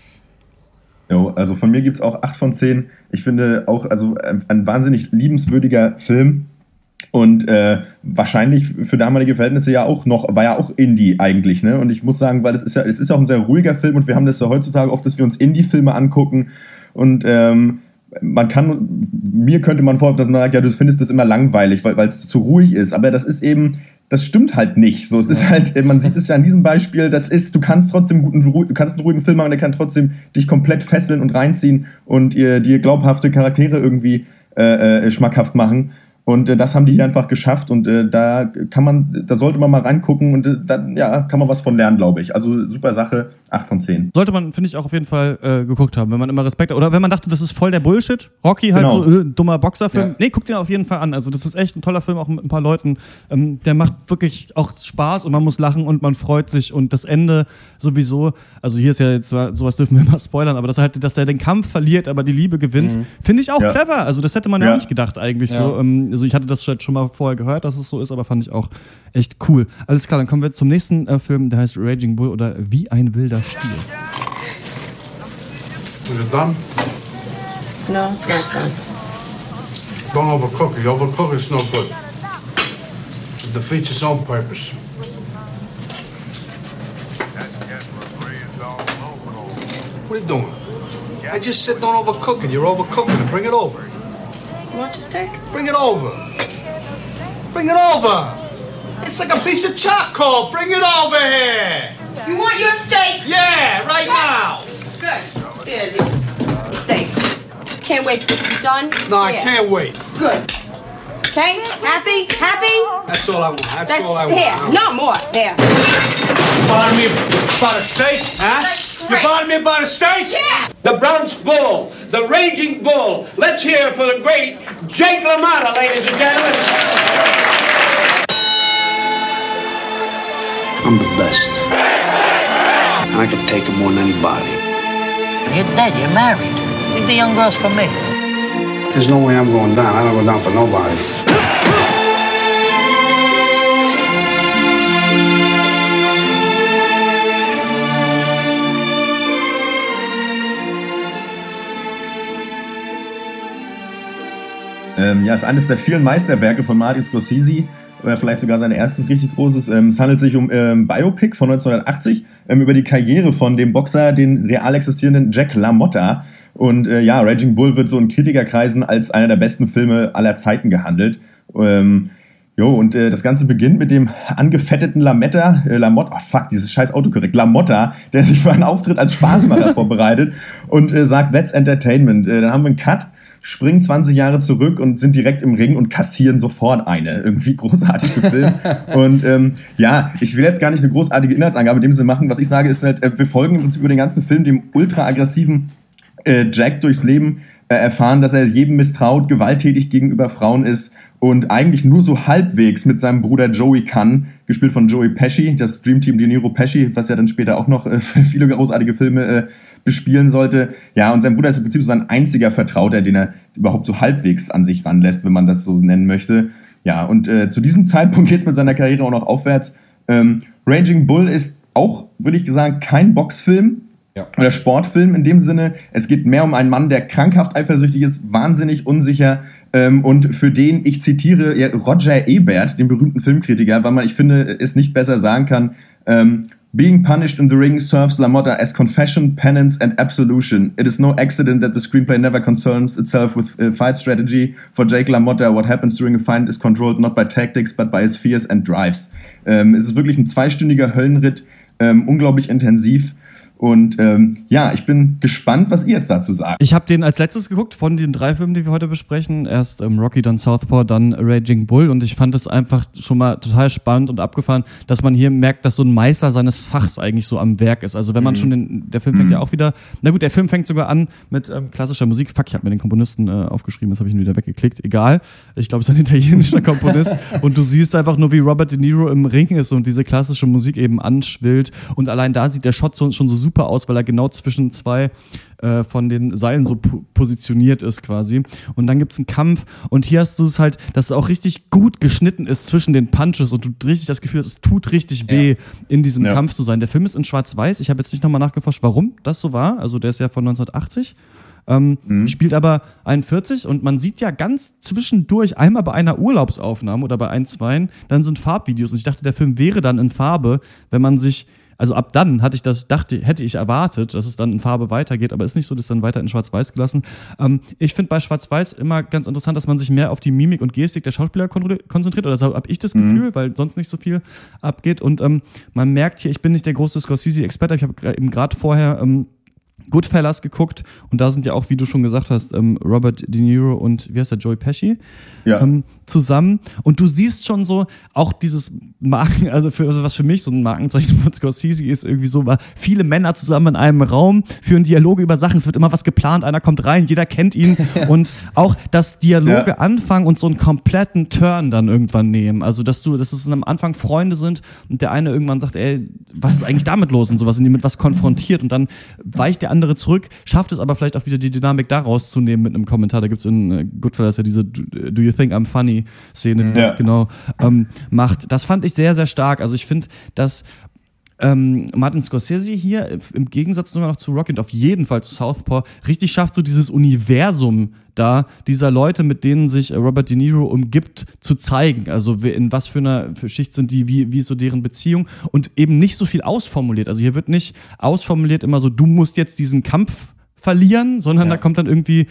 Jo, also von mir gibt es auch 8 von 10. Ich finde auch, also ein wahnsinnig liebenswürdiger Film. Und wahrscheinlich für damalige Verhältnisse war ja auch Indie eigentlich, ne? Und ich muss sagen, weil es ist ja auch ein sehr ruhiger Film und wir haben das ja heutzutage oft, dass wir uns Indie-Filme angucken und mir könnte man vorstellen, dass man sagt, ja, du findest das immer langweilig, weil es zu ruhig ist. Aber das ist eben, das stimmt halt nicht. So, es ist halt, man sieht es ja an diesem Beispiel, du kannst trotzdem du kannst einen ruhigen Film machen, der kann trotzdem dich komplett fesseln und reinziehen und dir glaubhafte Charaktere irgendwie schmackhaft machen. Und das haben die hier einfach geschafft und da sollte man mal reingucken und dann kann man was von lernen, glaube ich. Also super Sache, 8 von 10. Sollte man, finde ich, auch auf jeden Fall geguckt haben, wenn man immer Respekt hat. Oder wenn man dachte, das ist voll der Bullshit. Rocky halt genau. so, dummer Boxerfilm. Ja. Nee, guckt den auf jeden Fall an. Also das ist echt ein toller Film, auch mit ein paar Leuten. Der macht wirklich auch Spaß und man muss lachen und man freut sich. Und das Ende sowieso, also hier ist ja jetzt, sowas dürfen wir immer spoilern, aber dass er den Kampf verliert, aber die Liebe gewinnt, finde ich auch clever. Also das hätte man ja auch nicht gedacht eigentlich so. Also ich hatte das schon mal vorher gehört, dass es so ist, aber fand ich auch echt cool. Alles klar, dann kommen wir zum nächsten Film, der heißt Raging Bull oder Wie ein wilder Stier. Is it done? No, it's not done. Don't overcook it. Overcook it's no good. It defeats its own purpose. What are you doing? I just said don't overcook it. You're overcooking it. Bring it over. You want your steak? Bring it over. Bring it over. It's like a piece of charcoal. Bring it over here. You want your steak? Yeah, right now. Good. There's your steak. Can't wait for this to be done. No, I can't wait. Good. Okay? Happy? Happy? That's all I want. That's all I want. Here, no more. Here. Bothering me about a steak, huh? That's You great. bothering me about a steak? Yeah. The Bronx Bull, the Raging Bull. Let's hear for the great Jake LaMotta, ladies and gentlemen. I'm the best. And I can take him more than anybody. You're dead. You're married. Leave the young girls for me. There's no way I'm going down. I don't go down for nobody. Ist eines der vielen Meisterwerke von Martin Scorsese, oder vielleicht sogar sein erstes richtig großes. Es handelt sich um Biopic von 1980 über die Karriere von dem Boxer, den real existierenden Jack LaMotta. Und Raging Bull wird so in Kritikerkreisen als einer der besten Filme aller Zeiten gehandelt. Das Ganze beginnt mit dem angefetteten LaMotta, dieses scheiß Autokorrekt, LaMotta, der sich für einen Auftritt als Spaßmacher vorbereitet und sagt, that's entertainment. Dann haben wir einen Cut, springen 20 Jahre zurück und sind direkt im Ring und kassieren sofort eine. Irgendwie großartig gefilmt. Und ich will jetzt gar nicht eine großartige Inhaltsangabe in dem Sinne machen. Was ich sage, ist halt, wir folgen im Prinzip über den ganzen Film dem ultra aggressiven Jack durchs Leben, erfahren, dass er jedem misstraut, gewalttätig gegenüber Frauen ist und eigentlich nur so halbwegs mit seinem Bruder Joey kann, gespielt von Joey Pesci, das Dream Team De Niro Pesci, was ja dann später auch noch viele großartige Filme bespielen sollte. Ja, und sein Bruder ist im Prinzip so sein einziger Vertrauter, den er überhaupt so halbwegs an sich ranlässt, wenn man das so nennen möchte. Ja, und zu diesem Zeitpunkt geht es mit seiner Karriere auch noch aufwärts. Raging Bull ist auch, würde ich sagen, kein Boxfilm, oder Sportfilm in dem Sinne. Es geht mehr um einen Mann, der krankhaft eifersüchtig ist, wahnsinnig unsicher und für den, ich zitiere Roger Ebert, den berühmten Filmkritiker, weil man, ich finde, es nicht besser sagen kann, being punished in the ring serves LaMotta as confession, penance and absolution. It is no accident that the screenplay never concerns itself with fight strategy. For Jake LaMotta, what happens during a fight is controlled not by tactics, but by his fears and drives. Es ist wirklich ein 2-stündiger Höllenritt, unglaublich intensiv. Und ich bin gespannt, was ihr jetzt dazu sagt. Ich habe den als letztes geguckt von den 3 Filmen, die wir heute besprechen. Erst Rocky, dann Southpaw, dann Raging Bull. Und ich fand es einfach schon mal total spannend und abgefahren, dass man hier merkt, dass so ein Meister seines Fachs eigentlich so am Werk ist. Also wenn man schon der Film fängt ja auch wieder, der Film fängt sogar an mit klassischer Musik. Fuck, ich habe mir den Komponisten aufgeschrieben, das habe ich ihn wieder weggeklickt. Egal, ich glaube, es ist ein italienischer Komponist. Und du siehst einfach nur, wie Robert De Niro im Ring ist und diese klassische Musik eben anschwillt. Und allein da sieht der Shot schon so super aus, weil er genau zwischen 2 von den Seilen so positioniert ist quasi. Und dann gibt's einen Kampf und hier hast du es halt, dass es auch richtig gut geschnitten ist zwischen den Punches und du richtig das Gefühl hast, es tut richtig weh, in diesem Kampf zu sein. Der Film ist in Schwarz-Weiß. Ich habe jetzt nicht nochmal nachgeforscht, warum das so war. Also der ist ja von 1980. Spielt aber 41 und man sieht ja ganz zwischendurch einmal bei einer Urlaubsaufnahme oder bei 1, 2, dann sind Farbvideos und ich dachte, der Film wäre dann in Farbe, wenn man sich also ab dann hätte ich erwartet, dass es dann in Farbe weitergeht, aber ist nicht so, dass dann weiter in Schwarz-Weiß gelassen. Ich finde bei Schwarz-Weiß immer ganz interessant, dass man sich mehr auf die Mimik und Gestik der Schauspieler konzentriert, oder so habe ich das Gefühl, weil sonst nicht so viel abgeht. Und man merkt hier, ich bin nicht der große Scorsese-Experte, ich habe eben gerade vorher Goodfellas geguckt und da sind ja auch, wie du schon gesagt hast, Robert De Niro und wie heißt der, Joey Pesci zusammen, und du siehst schon so auch dieses Marken, also was für mich so ein Markenzeichen von Scorsese ist, irgendwie so, viele Männer zusammen in einem Raum führen Dialoge über Sachen, es wird immer was geplant, einer kommt rein, jeder kennt ihn und auch, dass Dialoge anfangen und so einen kompletten Turn dann irgendwann nehmen, also dass es am Anfang Freunde sind und der eine irgendwann sagt, ey, was ist eigentlich damit los und sowas, und die mit was konfrontiert und dann weicht der andere zurück, schafft es aber vielleicht auch wieder die Dynamik da rauszunehmen mit einem Kommentar. Da gibt's in Goodfellas ja diese Do you think I'm funny Szene, die das genau macht. Das fand ich sehr, sehr stark. Also ich finde, dass Martin Scorsese hier im Gegensatz sogar noch zu Rocky und auf jeden Fall zu Southpaw richtig schafft, so dieses Universum da dieser Leute, mit denen sich Robert De Niro umgibt, zu zeigen. Also in was für einer Schicht sind die, wie ist so deren Beziehung, und eben nicht so viel ausformuliert. Also hier wird nicht ausformuliert immer so, du musst jetzt diesen Kampf verlieren, sondern da kommt dann irgendwie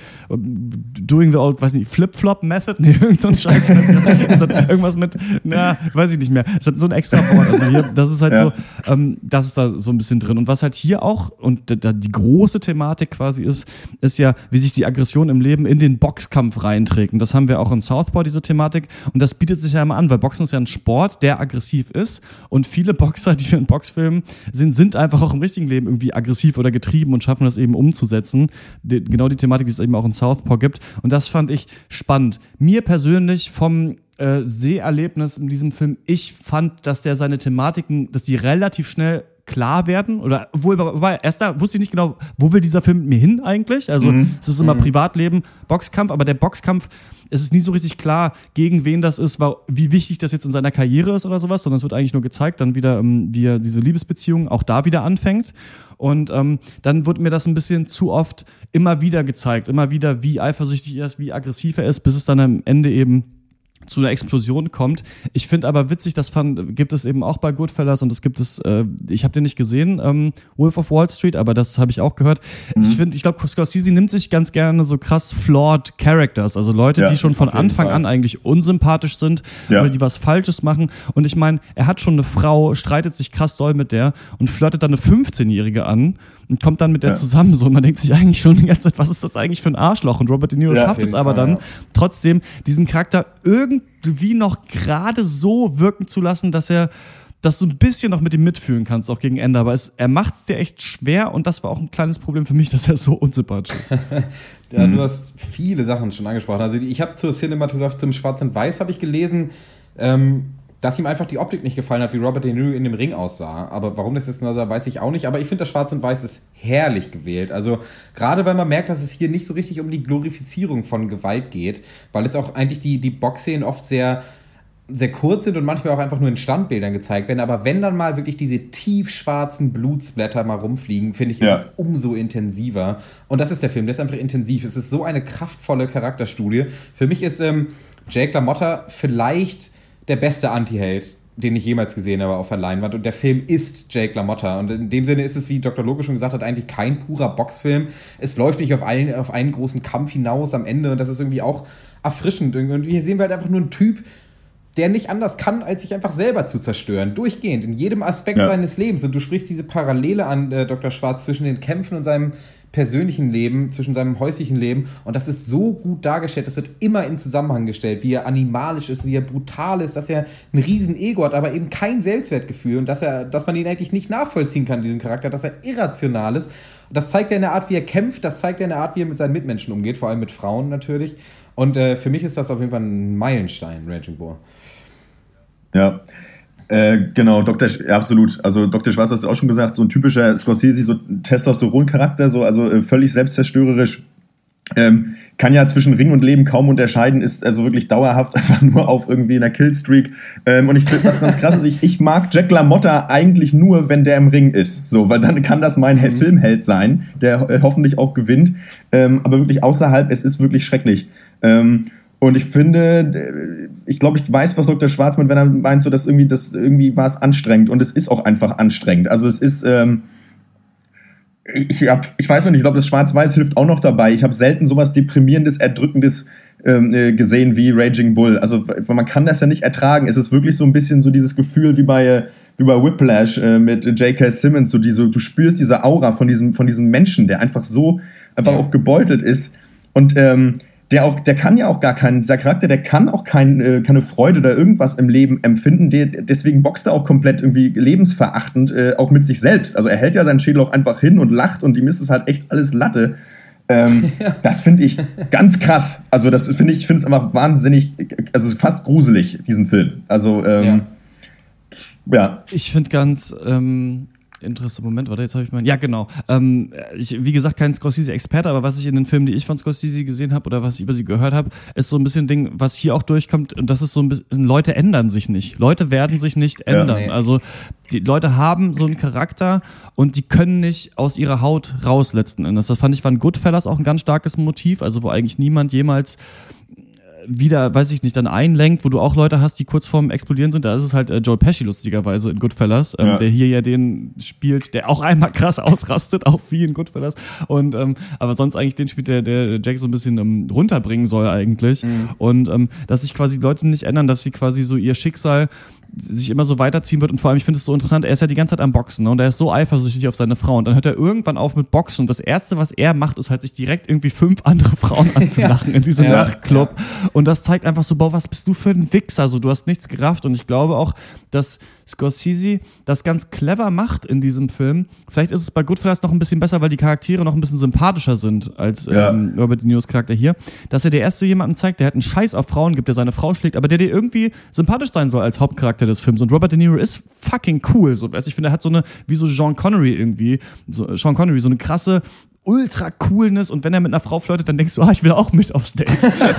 doing the old, weiß nicht, Flip-Flop-Method, irgend so ein Scheiß. Es hat irgendwas mit, weiß ich nicht mehr. Es hat so ein extra Wort. Also hier, das ist halt so, das ist da so ein bisschen drin. Und was halt hier auch, und die große Thematik quasi ist ja, wie sich die Aggression im Leben in den Boxkampf reinträgt. Und das haben wir auch in Southpaw, diese Thematik. Und das bietet sich ja immer an, weil Boxen ist ja ein Sport, der aggressiv ist. Und viele Boxer, die wir in Boxfilmen sind einfach auch im richtigen Leben irgendwie aggressiv oder getrieben und schaffen das eben umzusetzen. Genau die Thematik, die es eben auch in Southpaw gibt. Und das fand ich spannend. Mir persönlich vom Seherlebnis in diesem Film, ich fand, dass der seine Thematiken, dass die relativ schnell klar werden, oder wobei erst da wusste ich nicht genau, wo will dieser Film mit mir hin eigentlich, also es ist immer Privatleben, Boxkampf, aber der Boxkampf, es ist nie so richtig klar, gegen wen das ist, wie wichtig das jetzt in seiner Karriere ist oder sowas, sondern es wird eigentlich nur gezeigt, dann wieder, wie er diese Liebesbeziehung auch da wieder anfängt. Und dann wurde mir das ein bisschen zu oft immer wieder gezeigt, immer wieder, wie eifersüchtig er ist, wie aggressiv er ist, bis es dann am Ende eben zu einer Explosion kommt. Ich finde aber witzig, gibt es eben auch bei Goodfellas, und das gibt es, ich habe den nicht gesehen, Wolf of Wall Street, aber das habe ich auch gehört. Ich glaube, Scorsese nimmt sich ganz gerne so krass flawed Characters, also Leute, die schon von Anfang an eigentlich unsympathisch sind oder die was Falsches machen. Und ich meine, er hat schon eine Frau, streitet sich krass doll mit der und flirtet dann eine 15-Jährige an und kommt dann mit der zusammen so, und man denkt sich eigentlich schon die ganze Zeit, was ist das eigentlich für ein Arschloch? Und Robert De Niro schafft es aber dann trotzdem, diesen Charakter irgendwie noch gerade so wirken zu lassen, dass er das so ein bisschen noch mit ihm mitfühlen kannst, auch gegen Ende. Aber er macht es dir echt schwer, und das war auch ein kleines Problem für mich, dass er so unsympathisch ist. Ja, du hast viele Sachen schon angesprochen. Also ich habe zur Cinematografie, zum Schwarz und Weiß habe ich gelesen, dass ihm einfach die Optik nicht gefallen hat, wie Robert De Niro in dem Ring aussah. Aber warum das jetzt so sah, weiß ich auch nicht. Aber ich finde, das Schwarz und Weiß ist herrlich gewählt. Also gerade, weil man merkt, dass es hier nicht so richtig um die Glorifizierung von Gewalt geht, weil es auch eigentlich die Boxszenen oft sehr, sehr kurz sind und manchmal auch einfach nur in Standbildern gezeigt werden. Aber wenn dann mal wirklich diese tiefschwarzen Blutsblätter mal rumfliegen, finde ich, ist es umso intensiver. Und das ist der Film, der ist einfach intensiv. Es ist so eine kraftvolle Charakterstudie. Für mich ist Jake LaMotta vielleicht der beste Anti-Held, den ich jemals gesehen habe auf der Leinwand. Und der Film ist Jake LaMotta. Und in dem Sinne ist es, wie Dr. Loke schon gesagt hat, eigentlich kein purer Boxfilm. Es läuft nicht auf einen großen Kampf hinaus am Ende. Und das ist irgendwie auch erfrischend. Und hier sehen wir halt einfach nur einen Typ, der nicht anders kann, als sich einfach selber zu zerstören. Durchgehend, in jedem Aspekt seines Lebens. Und du sprichst diese Parallele an, Dr. Schwarz, zwischen den Kämpfen und seinem persönlichen Leben, zwischen seinem häuslichen Leben. Und das ist so gut dargestellt. Das wird immer in Zusammenhang gestellt, wie er animalisch ist, wie er brutal ist, dass er ein riesen Ego hat, aber eben kein Selbstwertgefühl, und dass man ihn eigentlich nicht nachvollziehen kann, diesen Charakter, dass er irrational ist. Das zeigt er in der Art, wie er kämpft, das zeigt er in der Art, wie er mit seinen Mitmenschen umgeht, vor allem mit Frauen natürlich. Und für mich ist das auf jeden Fall ein Meilenstein, Raging Bull. Ja, genau, absolut. Also Dr. Schwarz hast du auch schon gesagt, so ein typischer Scorsese, so Testosteron-Charakter, so, also völlig selbstzerstörerisch. Kann ja zwischen Ring und Leben kaum unterscheiden, ist also wirklich dauerhaft einfach nur auf irgendwie einer Killstreak. Und ich finde, was ganz krass ist, ich mag Jack LaMotta eigentlich nur, wenn der im Ring ist. So, weil dann kann das mein Filmheld sein, der hoffentlich auch gewinnt. Aber wirklich außerhalb, es ist wirklich schrecklich. Und ich finde, ich glaube, ich weiß, was Dr. Schwarz meint, wenn er meint, so, dass irgendwie war es anstrengend. Und es ist auch einfach anstrengend. Also es ist, ich weiß noch nicht, ich glaube, das Schwarz-Weiß hilft auch noch dabei. Ich habe selten sowas Deprimierendes, Erdrückendes gesehen wie Raging Bull. Also man kann das ja nicht ertragen. Es ist wirklich so ein bisschen so dieses Gefühl wie bei Whiplash mit J.K. Simmons. So du spürst diese Aura von diesem Menschen, der einfach auch gebeutelt ist. Und der kann ja auch gar keinen, dieser Charakter, der kann auch keine Freude oder irgendwas im Leben empfinden. Deswegen boxt er auch komplett irgendwie lebensverachtend, auch mit sich selbst. Also er hält ja seinen Schädel auch einfach hin und lacht und ihm ist es halt echt alles Latte. Das finde ich ganz krass. Also das finde ich es einfach wahnsinnig, also fast gruselig, diesen Film. Also, ja. Ich finde ganz interessant. Moment, warte, jetzt habe ich mal. Ja, genau. Wie gesagt, kein Scorsese-Experte, aber was ich in den Filmen, die ich von Scorsese gesehen habe oder was ich über sie gehört habe, ist so ein bisschen Ding, was hier auch durchkommt. Und das ist so ein bisschen, Leute ändern sich nicht. Leute werden sich nicht ändern. Ja, nee. Also die Leute haben so einen Charakter und die können nicht aus ihrer Haut raus letzten Endes. Das fand ich, war in Goodfellas auch ein ganz starkes Motiv, also wo eigentlich niemand jemals wieder, weiß ich nicht, dann einlenkt, wo du auch Leute hast, die kurz vorm Explodieren sind. Da ist es halt Joel Pesci lustigerweise in Goodfellas, der hier ja den spielt, der auch einmal krass ausrastet, auch wie in Goodfellas. Und aber sonst eigentlich den spielt, der Jack so ein bisschen runterbringen soll eigentlich. Mhm. Und dass sich quasi Leute nicht ändern, dass sie quasi so ihr Schicksal sich immer so weiterziehen wird und vor allem, ich finde es so interessant, er ist ja die ganze Zeit am Boxen, ne? Und er ist so eifersüchtig auf seine Frau und dann hört er irgendwann auf mit Boxen und das Erste, was er macht, ist halt sich direkt irgendwie 5 andere Frauen anzulachen in diesem Nachtclub und das zeigt einfach so, boah, was bist du für ein Wichser, also du hast nichts gerafft und ich glaube auch, dass Scorsese das ganz clever macht in diesem Film. Vielleicht ist es bei Goodfellas noch ein bisschen besser, weil die Charaktere noch ein bisschen sympathischer sind als Robert De Niros Charakter hier, dass er dir erst so jemanden zeigt, der halt einen Scheiß auf Frauen gibt, der seine Frau schlägt, aber der dir irgendwie sympathisch sein soll als Hauptcharakter des Films. Und Robert De Niro ist fucking cool. So, ich finde, er hat so eine, wie so Sean Connery irgendwie, so eine krasse ultra Coolness und wenn er mit einer Frau flirtet, dann denkst du, ich will auch mit aufs Date.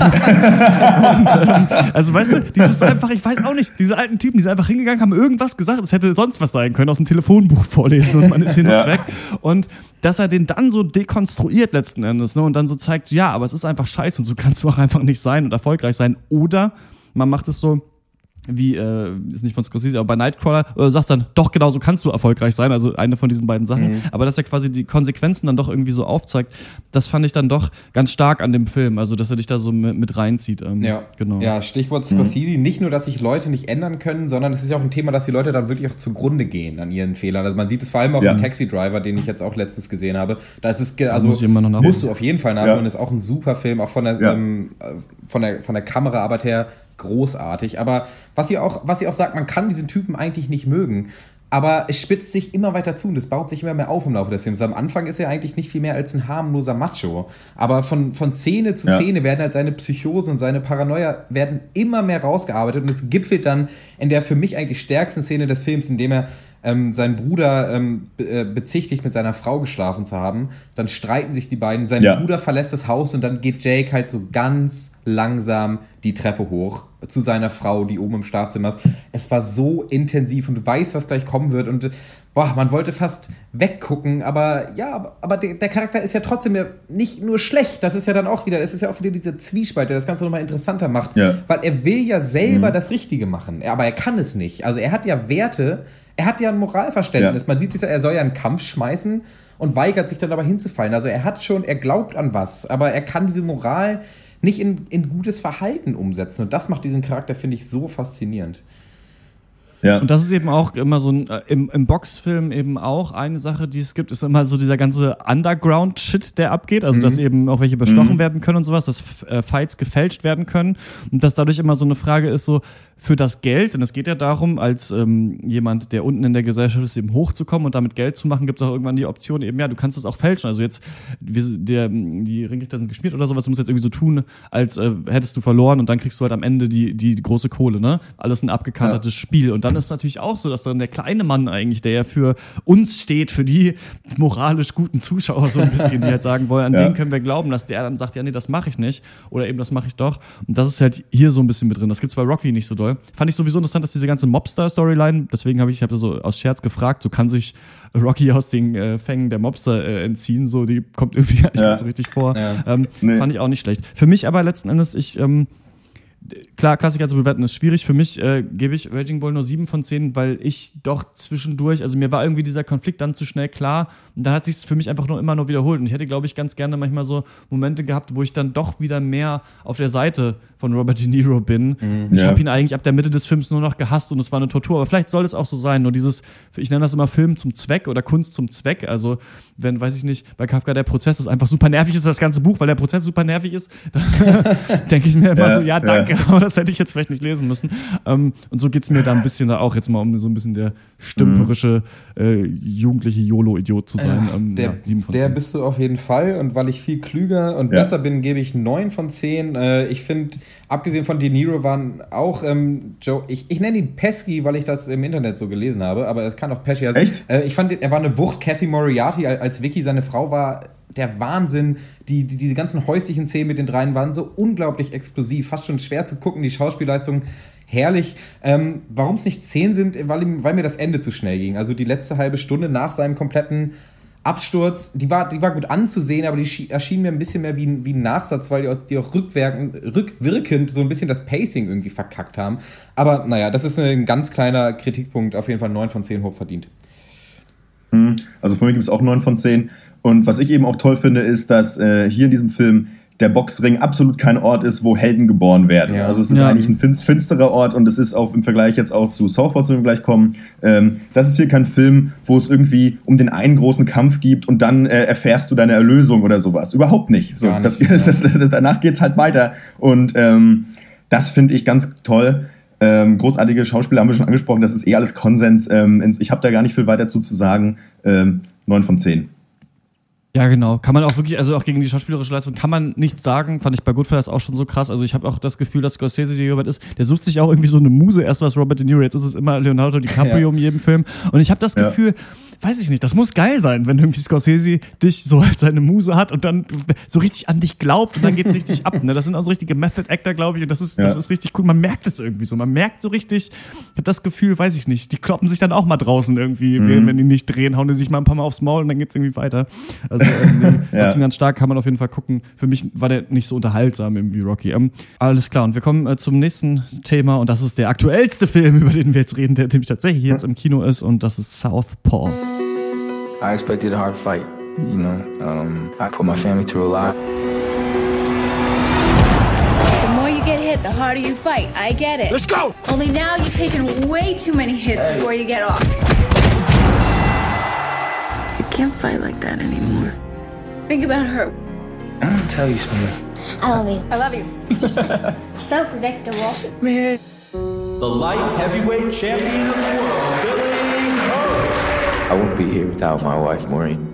Und, also weißt du, dieses einfach, ich weiß auch nicht, diese alten Typen, die sind einfach hingegangen, haben irgendwas gesagt, es hätte sonst was sein können, aus dem Telefonbuch vorlesen und man ist hin und weg. Und dass er den dann so dekonstruiert letzten Endes, ne, und dann so zeigt, ja, aber es ist einfach scheiße und so kannst du auch einfach nicht sein und erfolgreich sein. Oder man macht es so, wie, ist nicht von Scorsese, aber bei Nightcrawler, oder du sagst dann, doch, genau, so kannst du erfolgreich sein, also eine von diesen beiden Sachen, aber dass er quasi die Konsequenzen dann doch irgendwie so aufzeigt, das fand ich dann doch ganz stark an dem Film, also dass er dich da so mit reinzieht. Genau. Ja, Stichwort Scorsese, nicht nur, dass sich Leute nicht ändern können, sondern es ist ja auch ein Thema, dass die Leute dann wirklich auch zugrunde gehen an ihren Fehlern. Also man sieht es vor allem auch im Taxi Driver, den ich jetzt auch letztens gesehen habe. Da ist es, also musst du auf jeden Fall nachholen, ist auch ein super Film, auch von der Kameraarbeit her großartig, aber was ihr auch sagt, man kann diesen Typen eigentlich nicht mögen, aber es spitzt sich immer weiter zu und es baut sich immer mehr auf im Laufe des Films. Am Anfang ist er eigentlich nicht viel mehr als ein harmloser Macho, aber von Szene zu Szene werden halt seine Psychosen und seine Paranoia werden immer mehr rausgearbeitet und es gipfelt dann in der für mich eigentlich stärksten Szene des Films, indem er seinen Bruder bezichtigt, mit seiner Frau geschlafen zu haben. Dann streiten sich die beiden. Sein Bruder verlässt das Haus und dann geht Jake halt so ganz langsam die Treppe hoch zu seiner Frau, die oben im Schlafzimmer ist. Es war so intensiv und du weißt, was gleich kommen wird und man wollte fast weggucken, aber der Charakter ist ja trotzdem nicht nur schlecht, das ist ja dann auch wieder, es ist ja auch wieder dieser Zwiespalt, der das Ganze nochmal interessanter macht, weil er will ja selber das Richtige machen, aber er kann es nicht. Also er hat ja Werte, er hat ja ein Moralverständnis. Man sieht, er soll ja einen Kampf schmeißen und weigert sich dann aber hinzufallen. Also er glaubt an was, aber er kann diese Moral nicht in gutes Verhalten umsetzen. Und das macht diesen Charakter, finde ich, so faszinierend. Ja. Und das ist eben auch immer so ein, im Boxfilm eben auch eine Sache, die es gibt, ist immer so dieser ganze Underground-Shit, der abgeht, also dass eben auch welche bestochen werden können und sowas, dass Fights gefälscht werden können und dass dadurch immer so eine Frage ist, so für das Geld, und es geht ja darum, als jemand, der unten in der Gesellschaft ist, eben hochzukommen und damit Geld zu machen, gibt es auch irgendwann die Option eben, ja, du kannst es auch fälschen, also jetzt, die Ringrichter sind geschmiert oder sowas, du musst jetzt irgendwie so tun, als hättest du verloren und dann kriegst du halt am Ende die große Kohle, ne? Alles ein abgekartetes Spiel und dann ist natürlich auch so, dass dann der kleine Mann eigentlich, der ja für uns steht, für die moralisch guten Zuschauer so ein bisschen, die halt sagen wollen, an den können wir glauben, dass der dann sagt, ja nee, das mache ich nicht oder eben das mache ich doch und das ist halt hier so ein bisschen mit drin. Das gibt's bei Rocky nicht so doll. Fand ich sowieso interessant, dass diese ganze Mobster-Storyline, deswegen habe ich so aus Scherz gefragt, so kann sich Rocky aus den Fängen der Mobster entziehen, so die kommt irgendwie gar nicht mehr so richtig vor. Ja. Fand ich auch nicht schlecht. Für mich aber letzten Endes, klar, Klassiker zu bewerten ist schwierig. Für mich gebe ich Raging Bull nur 7 von 10, weil ich doch zwischendurch, also mir war irgendwie dieser Konflikt dann zu schnell klar und dann hat sich es für mich einfach nur immer nur wiederholt. Und ich hätte, glaube ich, ganz gerne manchmal so Momente gehabt, wo ich dann doch wieder mehr auf der Seite von Robert De Niro bin. Ich habe ihn eigentlich ab der Mitte des Films nur noch gehasst und es war eine Tortur. Aber vielleicht soll es auch so sein. Nur dieses, ich nenne das immer Film zum Zweck oder Kunst zum Zweck. Also wenn, weiß ich nicht, bei Kafka der Prozess ist einfach super nervig ist, das ganze Buch, weil der Prozess super nervig ist, dann denke ich mir immer so, ja, danke, aber das hätte ich jetzt vielleicht nicht lesen müssen. Und so geht's mir da ein bisschen da auch jetzt mal, um so ein bisschen der stümperische, jugendliche YOLO-Idiot zu sein. 7 von 10. Der bist du auf jeden Fall und weil ich viel klüger und besser bin, gebe ich 9 von 10. Ich finde, abgesehen von De Niro waren auch Joe, ich nenne ihn Pesky, weil ich das im Internet so gelesen habe, aber es kann auch Pesci heißen. Echt? Ich fand, er war eine Wucht. Kathy Moriarty als Vicky, seine Frau, war der Wahnsinn. Diese ganzen häuslichen Szenen mit den dreien waren so unglaublich explosiv, fast schon schwer zu gucken, die Schauspielleistung herrlich. Warum es nicht 10 sind, weil mir das Ende zu schnell ging. Also die letzte halbe Stunde nach seinem kompletten Absturz, die war gut anzusehen, aber die erschien mir ein bisschen mehr wie ein Nachsatz, weil die auch rückwirkend so ein bisschen das Pacing irgendwie verkackt haben. Aber naja, das ist ein ganz kleiner Kritikpunkt, auf jeden Fall 9 von 10 hochverdient. Also von mir gibt es auch 9 von 10. Und was ich eben auch toll finde, ist, dass hier in diesem Film der Boxring absolut kein Ort ist, wo Helden geboren werden. Ja. Also es ist eigentlich ein finsterer Ort und es ist auch im Vergleich jetzt auch zu Southpaw, zu dem wir gleich kommen, das ist hier kein Film, wo es irgendwie um den einen großen Kampf gibt und dann erfährst du deine Erlösung oder sowas. Überhaupt nicht. So, danach geht's halt weiter. Und das finde ich ganz toll. Großartige Schauspieler haben wir schon angesprochen, das ist alles Konsens. Ich habe da gar nicht viel weiter zu sagen. 9 von 10. Ja, genau. Kann man auch wirklich, also auch gegen die schauspielerische Leistung kann man nichts sagen. Fand ich bei Goodfellas auch schon so krass. Also ich habe auch das Gefühl, dass Scorsese hier jemand ist, der sucht sich auch irgendwie so eine Muse. Erst war es Robert De Niro, jetzt ist es immer Leonardo DiCaprio in jedem Film. Und ich habe das Gefühl, weiß ich nicht, das muss geil sein, wenn irgendwie Scorsese dich so als seine Muse hat und dann so richtig an dich glaubt und dann geht's richtig ab. Ne? Das sind auch so richtige Method Actor, glaube ich, und das ist richtig cool. Man merkt es irgendwie so. Man merkt so richtig, ich habe das Gefühl, weiß ich nicht, die kloppen sich dann auch mal draußen irgendwie, wenn die nicht drehen, hauen die sich mal ein paar Mal aufs Maul und dann geht's irgendwie weiter. Also ganz stark, kann man auf jeden Fall gucken. Für mich war der nicht so unterhaltsam wie Rocky. Alles klar, und wir kommen zum nächsten Thema und das ist der aktuellste Film, über den wir jetzt reden, der nämlich tatsächlich jetzt im Kino ist und das ist Southpaw. I expected a hard fight, you know. I put my family through a lot. The more you get hit, the harder you fight. I get it. Let's go! Only now you've taken way too many hits before you get off. You can't fight like that anymore. Think about her. I'm gonna tell you something. I love you. I love you. So predictable. Man. The light heavyweight champion of the world, Billy Ho. I wouldn't be here without my wife, Maureen.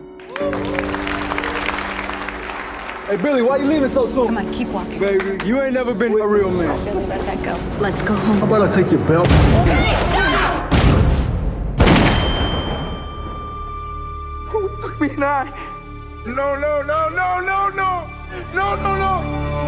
Hey, Billy, why you leaving so soon? Come on, keep walking. Baby, you ain't never been a real man. Billy, let that go. Let's go home. How about I take your belt? Billy, stop! Look me in the eye. No, no, no, no, no, no. No, no, no.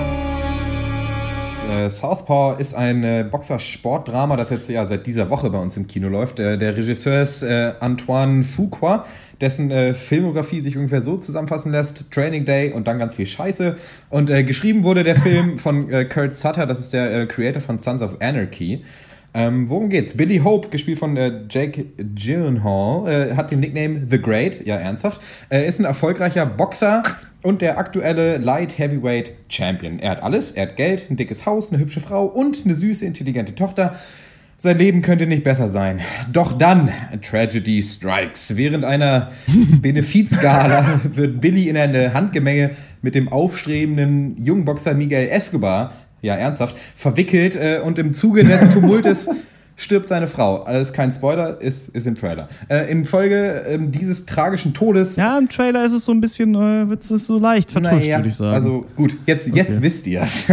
Southpaw ist ein Boxer-Sportdrama, das jetzt seit dieser Woche bei uns im Kino läuft. Der Regisseur ist Antoine Fuqua, dessen Filmografie sich ungefähr so zusammenfassen lässt: Training Day und dann ganz viel Scheiße. Und geschrieben wurde der Film von Kurt Sutter, das ist der Creator von Sons of Anarchy. Worum geht's? Billy Hope, gespielt von Jake Gyllenhaal, hat den Nickname The Great, ja ernsthaft, ist ein erfolgreicher Boxer und der aktuelle Light Heavyweight Champion. Er hat alles, er hat Geld, ein dickes Haus, eine hübsche Frau und eine süße, intelligente Tochter. Sein Leben könnte nicht besser sein. Doch dann, Tragedy strikes. Während einer Benefizgala wird Billy in eine Handgemenge mit dem aufstrebenden jungen Boxer Miguel Escobar, ja ernsthaft, verwickelt und im Zuge des Tumultes stirbt seine Frau. Das ist kein Spoiler, ist im Trailer. Infolge dieses tragischen Todes... Ja, im Trailer ist es so ein bisschen, wird es so leicht vertuscht, würde ich sagen. Also gut, jetzt wisst ihr es.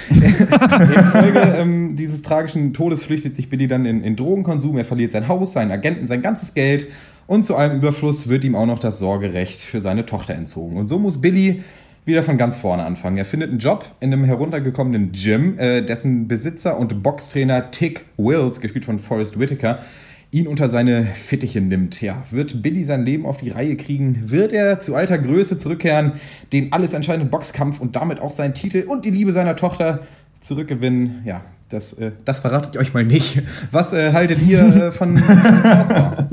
Infolge dieses tragischen Todes flüchtet sich Billy dann in Drogenkonsum. Er verliert sein Haus, seinen Agenten, sein ganzes Geld und zu allem Überfluss wird ihm auch noch das Sorgerecht für seine Tochter entzogen. Und so muss Billy wieder von ganz vorne anfangen. Er findet einen Job in einem heruntergekommenen Gym, dessen Besitzer und Boxtrainer Tick Wills, gespielt von Forrest Whitaker, ihn unter seine Fittiche nimmt. Ja, wird Billy sein Leben auf die Reihe kriegen? Wird er zu alter Größe zurückkehren? Den alles entscheidenden Boxkampf und damit auch seinen Titel und die Liebe seiner Tochter zurückgewinnen. Ja, das verrate ich euch mal nicht. Was haltet ihr von Southpaw?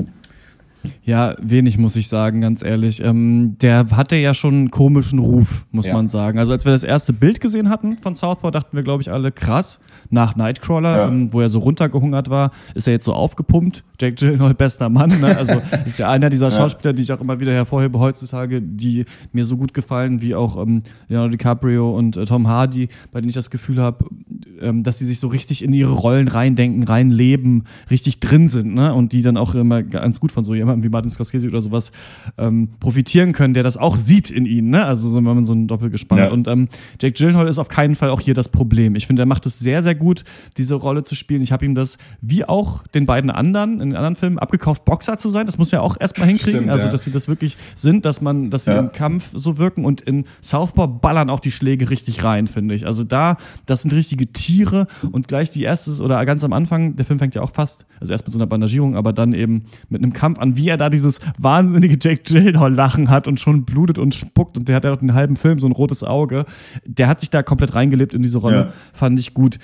Ja, wenig, muss ich sagen, ganz ehrlich. Der hatte ja schon einen komischen Ruf, muss man sagen. Also als wir das erste Bild gesehen hatten von Southpaw, dachten wir, glaube ich, alle krass. Nach Nightcrawler, wo er so runtergehungert war, ist er jetzt so aufgepumpt. Jake Gyllenhaal, bester Mann. Ne? Also ist ja einer dieser Schauspieler, die ich auch immer wieder hervorhebe heutzutage, die mir so gut gefallen, wie auch Leonardo DiCaprio und Tom Hardy, bei denen ich das Gefühl habe, dass sie sich so richtig in ihre Rollen reindenken, reinleben, richtig drin sind, ne? Und die dann auch immer ganz gut von so jemandem wie Martin Scorsese oder sowas profitieren können, der das auch sieht in ihnen, ne? Also wenn man so ein Doppelgespann hat. Und Jake Gyllenhaal ist auf keinen Fall auch hier das Problem. Ich finde, er macht es sehr, sehr gut, diese Rolle zu spielen. Ich habe ihm das, wie auch den beiden anderen, in den anderen Filmen, abgekauft, Boxer zu sein. Das muss man ja auch erstmal hinkriegen. Stimmt, also, dass sie das wirklich sind, dass sie im Kampf so wirken. Und in Southpaw ballern auch die Schläge richtig rein, finde ich. Also das sind richtige Tiere. Und gleich die erste, oder ganz am Anfang, der Film fängt ja auch fast, also erst mit so einer Bandagierung, aber dann eben mit einem Kampf an, wie er da dieses wahnsinnige Jake Gyllenhaal-Lachen hat und schon blutet und spuckt. Und der hat ja auch den halben Film so ein rotes Auge. Der hat sich da komplett reingelebt in diese Rolle. Fand ich gut.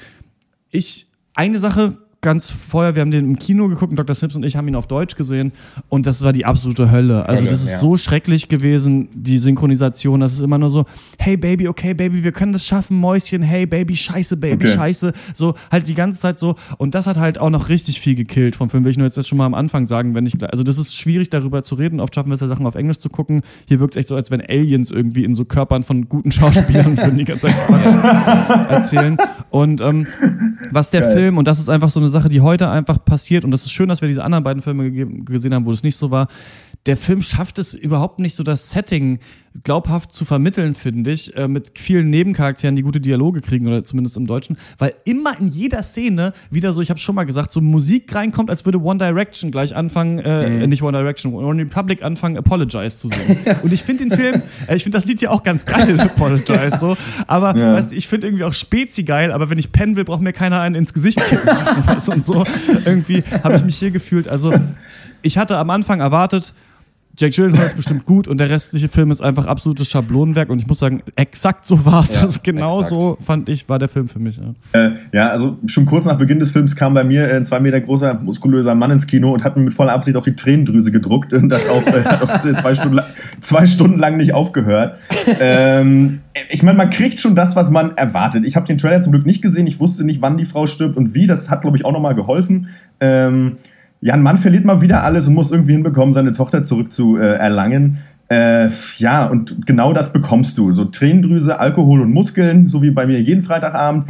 Eine Sache ganz vorher, wir haben den im Kino geguckt und Dr. Snips und ich haben ihn auf Deutsch gesehen und das war die absolute Hölle. Also das ist so schrecklich gewesen, die Synchronisation. Das ist immer nur so, hey Baby, okay Baby, wir können das schaffen, Mäuschen, hey Baby, scheiße Baby, scheiße. So halt die ganze Zeit so. Und das hat halt auch noch richtig viel gekillt vom Film, will ich nur jetzt schon mal am Anfang sagen. Also das ist schwierig, darüber zu reden. Oft schaffen wir es ja, Sachen auf Englisch zu gucken. Hier wirkt es echt so, als wenn Aliens irgendwie in so Körpern von guten Schauspielern für die ganze Zeit Quatsch erzählen. Und was der Film, und das ist einfach so eine Sache, die heute einfach passiert, und das ist schön, dass wir diese anderen beiden Filme gesehen haben, wo das nicht so war. Der Film schafft es überhaupt nicht, so das Setting glaubhaft zu vermitteln, finde ich, mit vielen Nebencharakteren, die gute Dialoge kriegen, oder zumindest im Deutschen, weil immer in jeder Szene wieder so, ich habe schon mal gesagt, so Musik reinkommt, als würde One Direction gleich anfangen, nicht One Direction, One Republic anfangen, Apologize zu singen. Und ich finde den Film, ich finde das Lied ja auch ganz geil, Apologize, so, aber weißt, ich finde irgendwie auch Spezi geil, aber wenn ich pennen will, braucht mir keiner einen ins Gesicht kippen. Und so irgendwie habe ich mich hier gefühlt, also ich hatte am Anfang erwartet, Jake Gyllenhaal ist bestimmt gut und der restliche Film ist einfach absolutes Schablonenwerk und ich muss sagen, exakt so war es. Also genau so, fand ich, war der Film für mich. Also schon kurz nach Beginn des Films kam bei mir ein 2 Meter großer, muskulöser Mann ins Kino und hat mir mit voller Absicht auf die Tränendrüse gedruckt und das auch, hat auch 2 Stunden lang nicht aufgehört. Ich meine, man kriegt schon das, was man erwartet. Ich habe den Trailer zum Glück nicht gesehen, ich wusste nicht, wann die Frau stirbt und wie, das hat, glaube ich, auch nochmal geholfen. Ja, ein Mann verliert mal wieder alles und muss irgendwie hinbekommen, seine Tochter zurück zu erlangen. Und genau das bekommst du. So Tränendrüse, Alkohol und Muskeln, so wie bei mir jeden Freitagabend.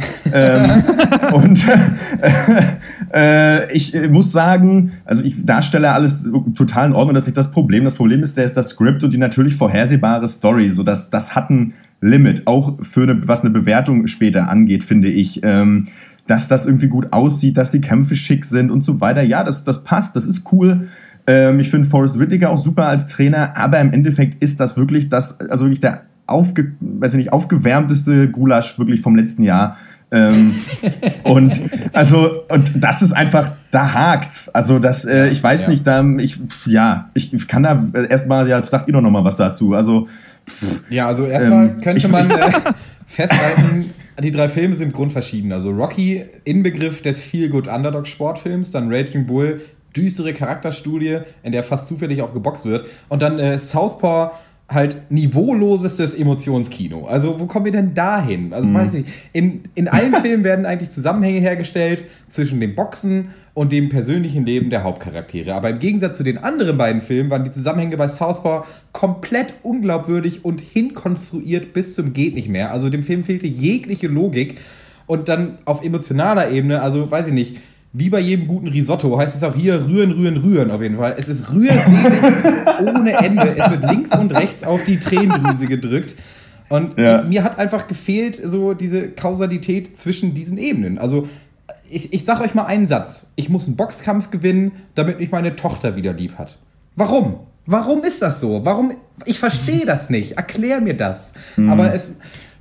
Ich muss sagen, also Darsteller alles total in Ordnung, das ist nicht das Problem. Das Problem ist das Skript und die natürlich vorhersehbare Story. So, das hat ein Limit, auch für was eine Bewertung später angeht, finde ich. Dass das irgendwie gut aussieht, dass die Kämpfe schick sind und so weiter. Ja, das passt, das ist cool. Ich finde Forest Whitaker auch super als Trainer, aber im Endeffekt ist das wirklich wirklich der aufgewärmteste Gulasch wirklich vom letzten Jahr. Und das ist einfach, da hakt's. Also ich weiß nicht, ich kann da erstmal, sagt ihr doch noch mal was dazu. Also erstmal könnte man festhalten, die 3 Filme sind grundverschieden. Also Rocky, Inbegriff des Feel-Good-Underdog-Sportfilms, dann Raging Bull, düstere Charakterstudie, in der fast zufällig auch geboxt wird. Und dann Southpaw, halt niveaulosestes Emotionskino. Also wo kommen wir denn dahin? Also weiß ich nicht. In allen Filmen werden eigentlich Zusammenhänge hergestellt zwischen dem Boxen und dem persönlichen Leben der Hauptcharaktere. Aber im Gegensatz zu den anderen beiden Filmen waren die Zusammenhänge bei Southpaw komplett unglaubwürdig und hinkonstruiert bis zum geht nicht mehr. Also dem Film fehlte jegliche Logik. Und dann auf emotionaler Ebene, also weiß ich nicht, wie bei jedem guten Risotto heißt es auch hier rühren auf jeden Fall. Es ist rührselig ohne Ende. Es wird links und rechts auf die Tränendrüse gedrückt. Und mir hat einfach gefehlt so diese Kausalität zwischen diesen Ebenen. Also ich sag euch mal einen Satz. Ich muss einen Boxkampf gewinnen, damit mich meine Tochter wieder lieb hat. Warum? Warum ist das so? Warum? Ich verstehe das nicht. Erklär mir das. Aber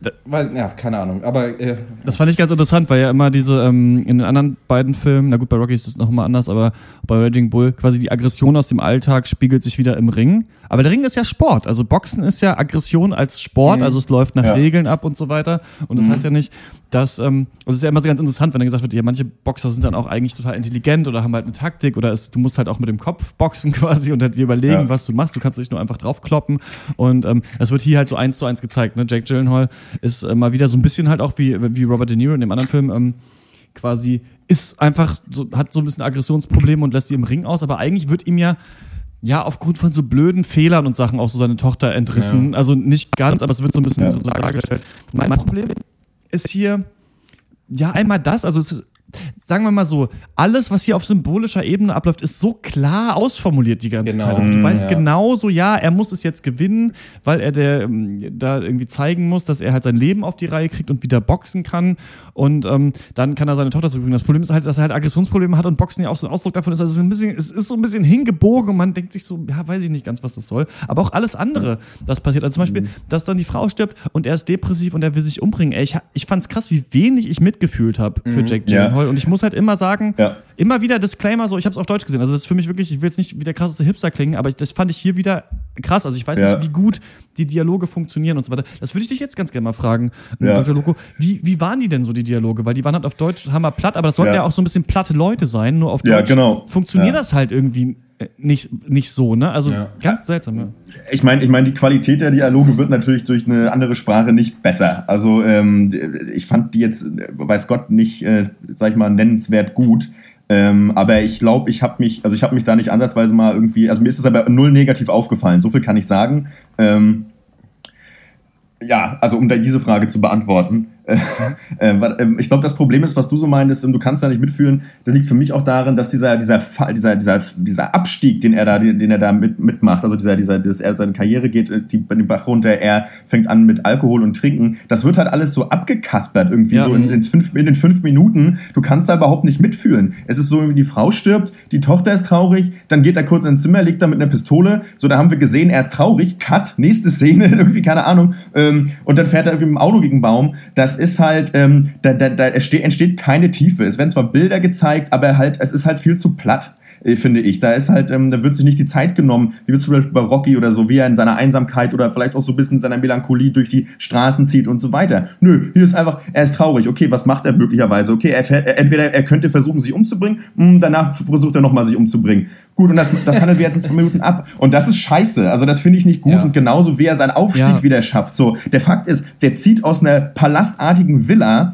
Ja, keine Ahnung. Aber das fand ich ganz interessant, weil ja immer diese in den anderen beiden Filmen, na gut, bei Rocky ist es noch mal anders, aber bei Raging Bull quasi die Aggression aus dem Alltag spiegelt sich wieder im Ring. Aber der Ring ist ja Sport. Also Boxen ist ja Aggression als Sport, also es läuft nach Regeln ab und so weiter. Und das heißt ja nicht, dass, also es ist ja immer so ganz interessant, wenn dann gesagt wird, ja, manche Boxer sind dann auch eigentlich total intelligent oder haben halt eine Taktik oder du musst halt auch mit dem Kopf boxen quasi und halt dir überlegen, was du machst. Du kannst nicht nur einfach draufkloppen. Und das wird hier halt so 1:1 gezeigt. Ne? Jake Gyllenhaal ist mal wieder so ein bisschen halt auch wie Robert De Niro in dem anderen Film quasi ist einfach so, hat so ein bisschen Aggressionsprobleme und lässt sie im Ring aus. Aber eigentlich wird ihm ja, aufgrund von so blöden Fehlern und Sachen auch so seine Tochter entrissen. Ja. Also nicht ganz, aber es wird so ein bisschen so dargestellt. Mein Problem ist hier, ja, einmal das, also es ist, sagen wir mal so, alles, was hier auf symbolischer Ebene abläuft, ist so klar ausformuliert die ganze Zeit. Also du weißt genau so, ja, er muss es jetzt gewinnen, weil er da irgendwie zeigen muss, dass er halt sein Leben auf die Reihe kriegt und wieder boxen kann. Und dann kann er seine Tochter zurückbringen. Das Problem ist halt, dass er halt Aggressionsprobleme hat und Boxen ja auch so ein Ausdruck davon ist. Also es ist so ein bisschen hingebogen und man denkt sich so, ja, weiß ich nicht ganz, was das soll. Aber auch alles andere, das passiert. Also zum Beispiel, dass dann die Frau stirbt und er ist depressiv und er will sich umbringen. Ey, ich fand's krass, wie wenig ich mitgefühlt habe für Jake Gyllenhaal. Und ich muss halt immer sagen, immer wieder Disclaimer, so, ich habe es auf Deutsch gesehen. Also das ist für mich wirklich, ich will jetzt nicht wie der krasseste Hipster klingen, aber das fand ich hier wieder krass. Also ich weiß nicht, wie gut die Dialoge funktionieren und so weiter. Das würde ich dich jetzt ganz gerne mal fragen, Dr. Loco. Wie waren die denn so, die Dialoge? Weil die waren halt auf Deutsch hammerplatt, aber das sollten ja auch so ein bisschen platte Leute sein. Nur auf Deutsch funktioniert das halt irgendwie nicht so, ne? Also ganz seltsam, ja. Ich meine, die Qualität der Dialoge wird natürlich durch eine andere Sprache nicht besser. Also ich fand die jetzt, weiß Gott, nicht, sag ich mal, nennenswert gut. Aber ich glaube, ich habe mich da nicht ansatzweise mal irgendwie, also mir ist es aber null negativ aufgefallen. So viel kann ich sagen. Ja, also um da diese Frage zu beantworten. Ich glaube, das Problem ist, was du so meintest, du kannst da nicht mitfühlen, das liegt für mich auch darin, dass dieser Abstieg, den er da mitmacht, also dass er seine Karriere geht, den Bach runter, er fängt an mit Alkohol und Trinken, das wird halt alles so abgekaspert irgendwie, so in den 5 Minuten, du kannst da überhaupt nicht mitfühlen. Es ist so, wie die Frau stirbt, die Tochter ist traurig, dann geht er kurz ins Zimmer, liegt da mit einer Pistole, so, da haben wir gesehen, er ist traurig, Cut, nächste Szene, irgendwie, keine Ahnung, und dann fährt er irgendwie mit dem Auto gegen einen Baum. Das ist halt, da entsteht keine Tiefe. Es werden zwar Bilder gezeigt, aber halt, es ist halt viel zu platt, finde ich. Da ist halt, da wird sich nicht die Zeit genommen, wie zum Beispiel bei Rocky oder so, wie er in seiner Einsamkeit oder vielleicht auch so ein bisschen in seiner Melancholie durch die Straßen zieht und so weiter. Nö, hier ist einfach, er ist traurig. Okay, was macht er möglicherweise? Okay, entweder er könnte versuchen, sich umzubringen, danach versucht er nochmal, sich umzubringen. Gut, und das handelt wir jetzt in 2 Minuten ab. Und das ist scheiße. Also das finde ich nicht gut. Und genauso, wie er seinen Aufstieg wieder schafft. So, der Fakt ist, der zieht aus einer palastartigen Villa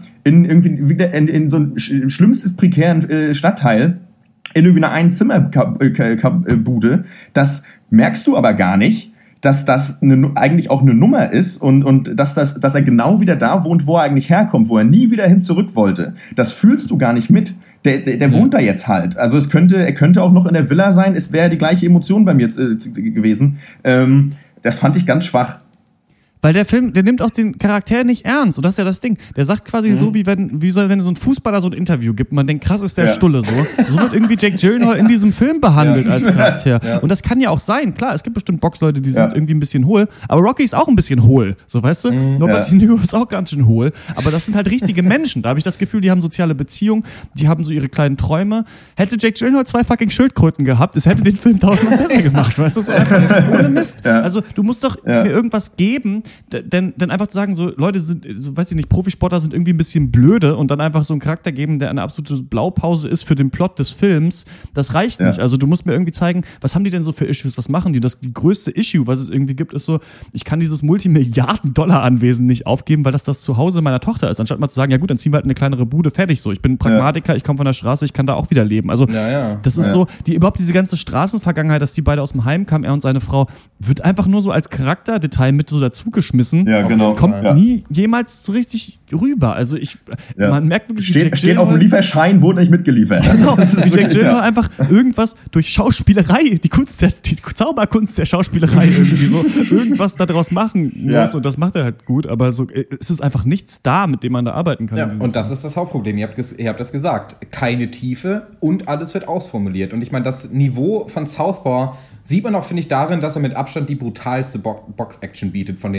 in so ein schlimmstes prekären Stadtteil in irgendwie eine Einzimmerbude. Das merkst du aber gar nicht, dass das eigentlich auch eine Nummer ist und dass er genau wieder da wohnt, wo er eigentlich herkommt, wo er nie wieder hin zurück wollte. Das fühlst du gar nicht mit. Der wohnt da jetzt halt. Also er könnte auch noch in der Villa sein, es wäre die gleiche Emotion bei mir gewesen. Das fand ich ganz schwach. Weil der Film, der nimmt auch den Charakter nicht ernst. Und das ist ja das Ding. Der sagt quasi so, wie wenn so ein Fußballer so ein Interview gibt. Man denkt, krass ist der Stulle so. So wird irgendwie Jake Gyllenhaal in diesem Film behandelt als Charakter. Ja. Und das kann ja auch sein. Klar, es gibt bestimmt Boxleute, die sind irgendwie ein bisschen hohl. Aber Rocky ist auch ein bisschen hohl. So, weißt du? Robert De Niro ist auch ganz schön hohl. Aber das sind halt richtige Menschen. Da habe ich das Gefühl, die haben soziale Beziehungen. Die haben so ihre kleinen Träume. Hätte Jake Gyllenhaal 2 fucking Schildkröten gehabt, es hätte den Film 1000-mal besser gemacht. Weißt du? So einfach ohne Mist. Ja. Also, du musst doch mir irgendwas geben, denn einfach zu sagen, so Leute sind, so, weiß ich nicht, Profisportler sind irgendwie ein bisschen blöde und dann einfach so einen Charakter geben, der eine absolute Blaupause ist für den Plot des Films, das reicht nicht. Also du musst mir irgendwie zeigen, was haben die denn so für Issues, was machen die? Die größte Issue, was es irgendwie gibt, ist so, ich kann dieses Multimilliarden-Dollar-Anwesen nicht aufgeben, weil das Zuhause meiner Tochter ist, anstatt mal zu sagen, ja gut, dann ziehen wir halt eine kleinere Bude, fertig so. Ich bin ein Pragmatiker, ich komme von der Straße, ich kann da auch wieder leben. Also das ist so, überhaupt diese ganze Straßenvergangenheit, dass die beide aus dem Heim kamen, er und seine Frau, wird einfach nur so als Charakterdetail mit so dazugeschmissen. Ja, genau. Kommt nie jemals so richtig rüber. Also man merkt wirklich, steht auf dem Lieferschein, wurde nicht mitgeliefert. Genau, wie Jake Gyllenhaal einfach irgendwas durch Schauspielerei, die Zauberkunst der Schauspielerei irgendwie so irgendwas daraus machen muss und das macht er halt gut, aber so es ist einfach nichts da, mit dem man da arbeiten kann. Ja, und das ist das Hauptproblem. Ihr habt das gesagt. Keine Tiefe und alles wird ausformuliert. Und ich meine, das Niveau von Southpaw sieht man auch, finde ich, darin, dass er mit Abstand die brutalste Box-Action bietet von den